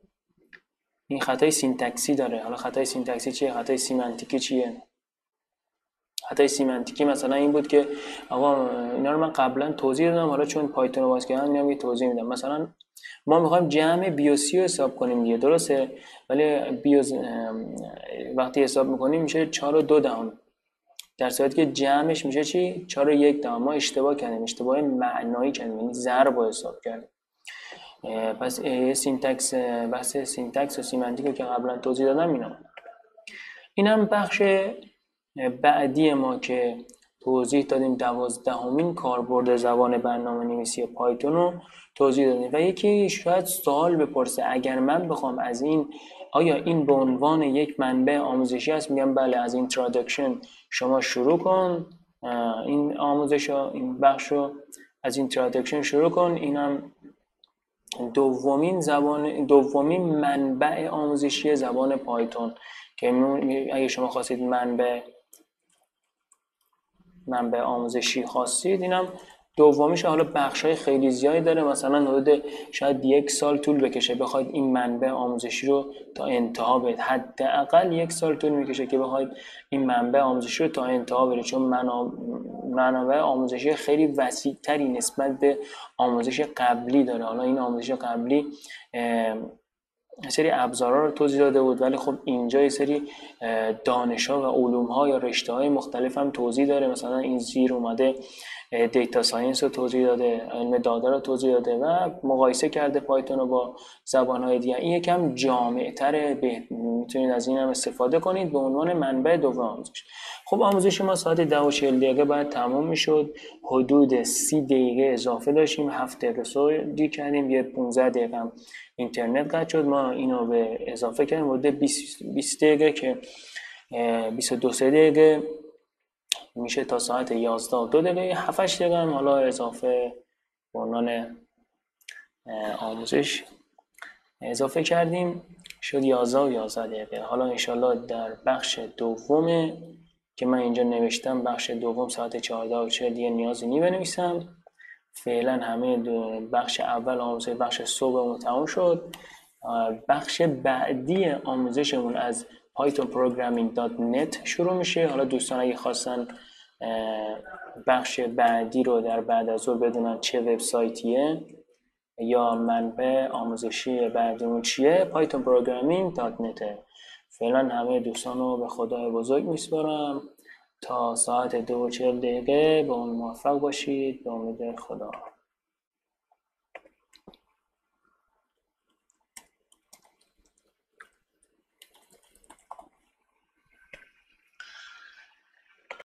این خطای سینتکسی داره. حالا خطای سینتکسی چیه؟ خطای سیمنتیکی چیه؟ خطای سیمنتیکی مثلا این بود که آقا اینا رو من قبلا توضیح دادم، حالا چون پایتون رو باز کردم میام یه توضیح میدم. مثلا ما میخوایم جمع بیوسی رو حساب کنیم دیگه، درسته؟ ولی بیوز وقتی حساب میکنیم میشه چهار و دو دهم، در صورتی که جمعش میشه چی؟ چهار و یک دهم. ما اشتباه کردیم، اشتباه معنایی کردیم، یعنی ضرب رو حساب کردیم. پس سینتکس، بحث سینتکس و سیمنتیک رو که قبلا توضیح دادم اینا. اینم بخش بعدی ما که توضیح دادیم، دوازدهمین کاربرد زبان برنامه‌نویسی پایتون رو توضیح دادیم. و یکی شاید سوال بپرسه اگر من بخوام از این، آیا این به عنوان یک منبع آموزشی است؟ میگم بله، از اینتروداکشن شما شروع کن، این آموزش ها، این بخش رو از اینتروداکشن شروع کن. اینم دومین زبان دومین منبع آموزشی زبان پایتون که اگه شما خواستید منبع منبع آموزشی خواستید، اینم دومیش. حالا بخشای خیلی زیادی داره، مثلا حدود شاید یک سال طول بکشه بخواید این منبع آموزشی رو تا انتها برید. حداقل یک سال طول میکشه که بخواید این منبع آموزشی رو تا انتها برید، چون منابع آموزشی خیلی وسیع‌تری نسبت به آموزش قبلی داره. حالا این آموزش قبلی سری ابزارها رو توضیح داده بود، ولی خب اینجا یه سری دانش‌ها و علوم‌ها یا رشته‌های مختلف هم توضیح داره. مثلا این زیر اومده دیتا ساینس رو توضیح داده، علم داده رو توضیح داده و مقایسه کرده پایتون رو با زبان‌های دیگه. این یکم جامع‌تره، میتونید از این هم استفاده کنید به عنوان منبع دوم آموزش. خب آموزش ما ساعت ده و چهل دقیقه باید تموم میشد. حدود سی دقیقه اضافه داشتیم، هفت دقیقه صحبت کردیم، یه پانزده دقیقه هم اینترنت قطع شد. ما اینو به اضافه کردیم حدود بیست دقیقه که بیست و دو دقیقه میشه تا ساعت یازده و دو دقیقه. هفت دقیقه هم حالا اضافه به عنوان آموزش اضافه کردیم، شد یازده و یازده دقیقه. حالا انشالله در بخش دوم که من اینجا نوشتم، بخش دوم ساعت چهارده و چهل دیگه نیازی نی بنویسم. فعلا همه بخش اول آموزش بخش صبحمون تموم شد. بخش بعدی آموزشمون از پایتون پروگرامینگ دات نت شروع میشه. حالا دوستان اگه خواستن بخش بعدی رو در بعد از ظهر بدونن چه وبسایتیه یا منبع آموزشی بعدیمون چیه، پایتون پروگرامینگ دات نت. فعلا همه دوستان رو به خدای بزرگ میسپارم تا ساعت دو و چهل دقیقه. با اون موفق باشید به امید خدا.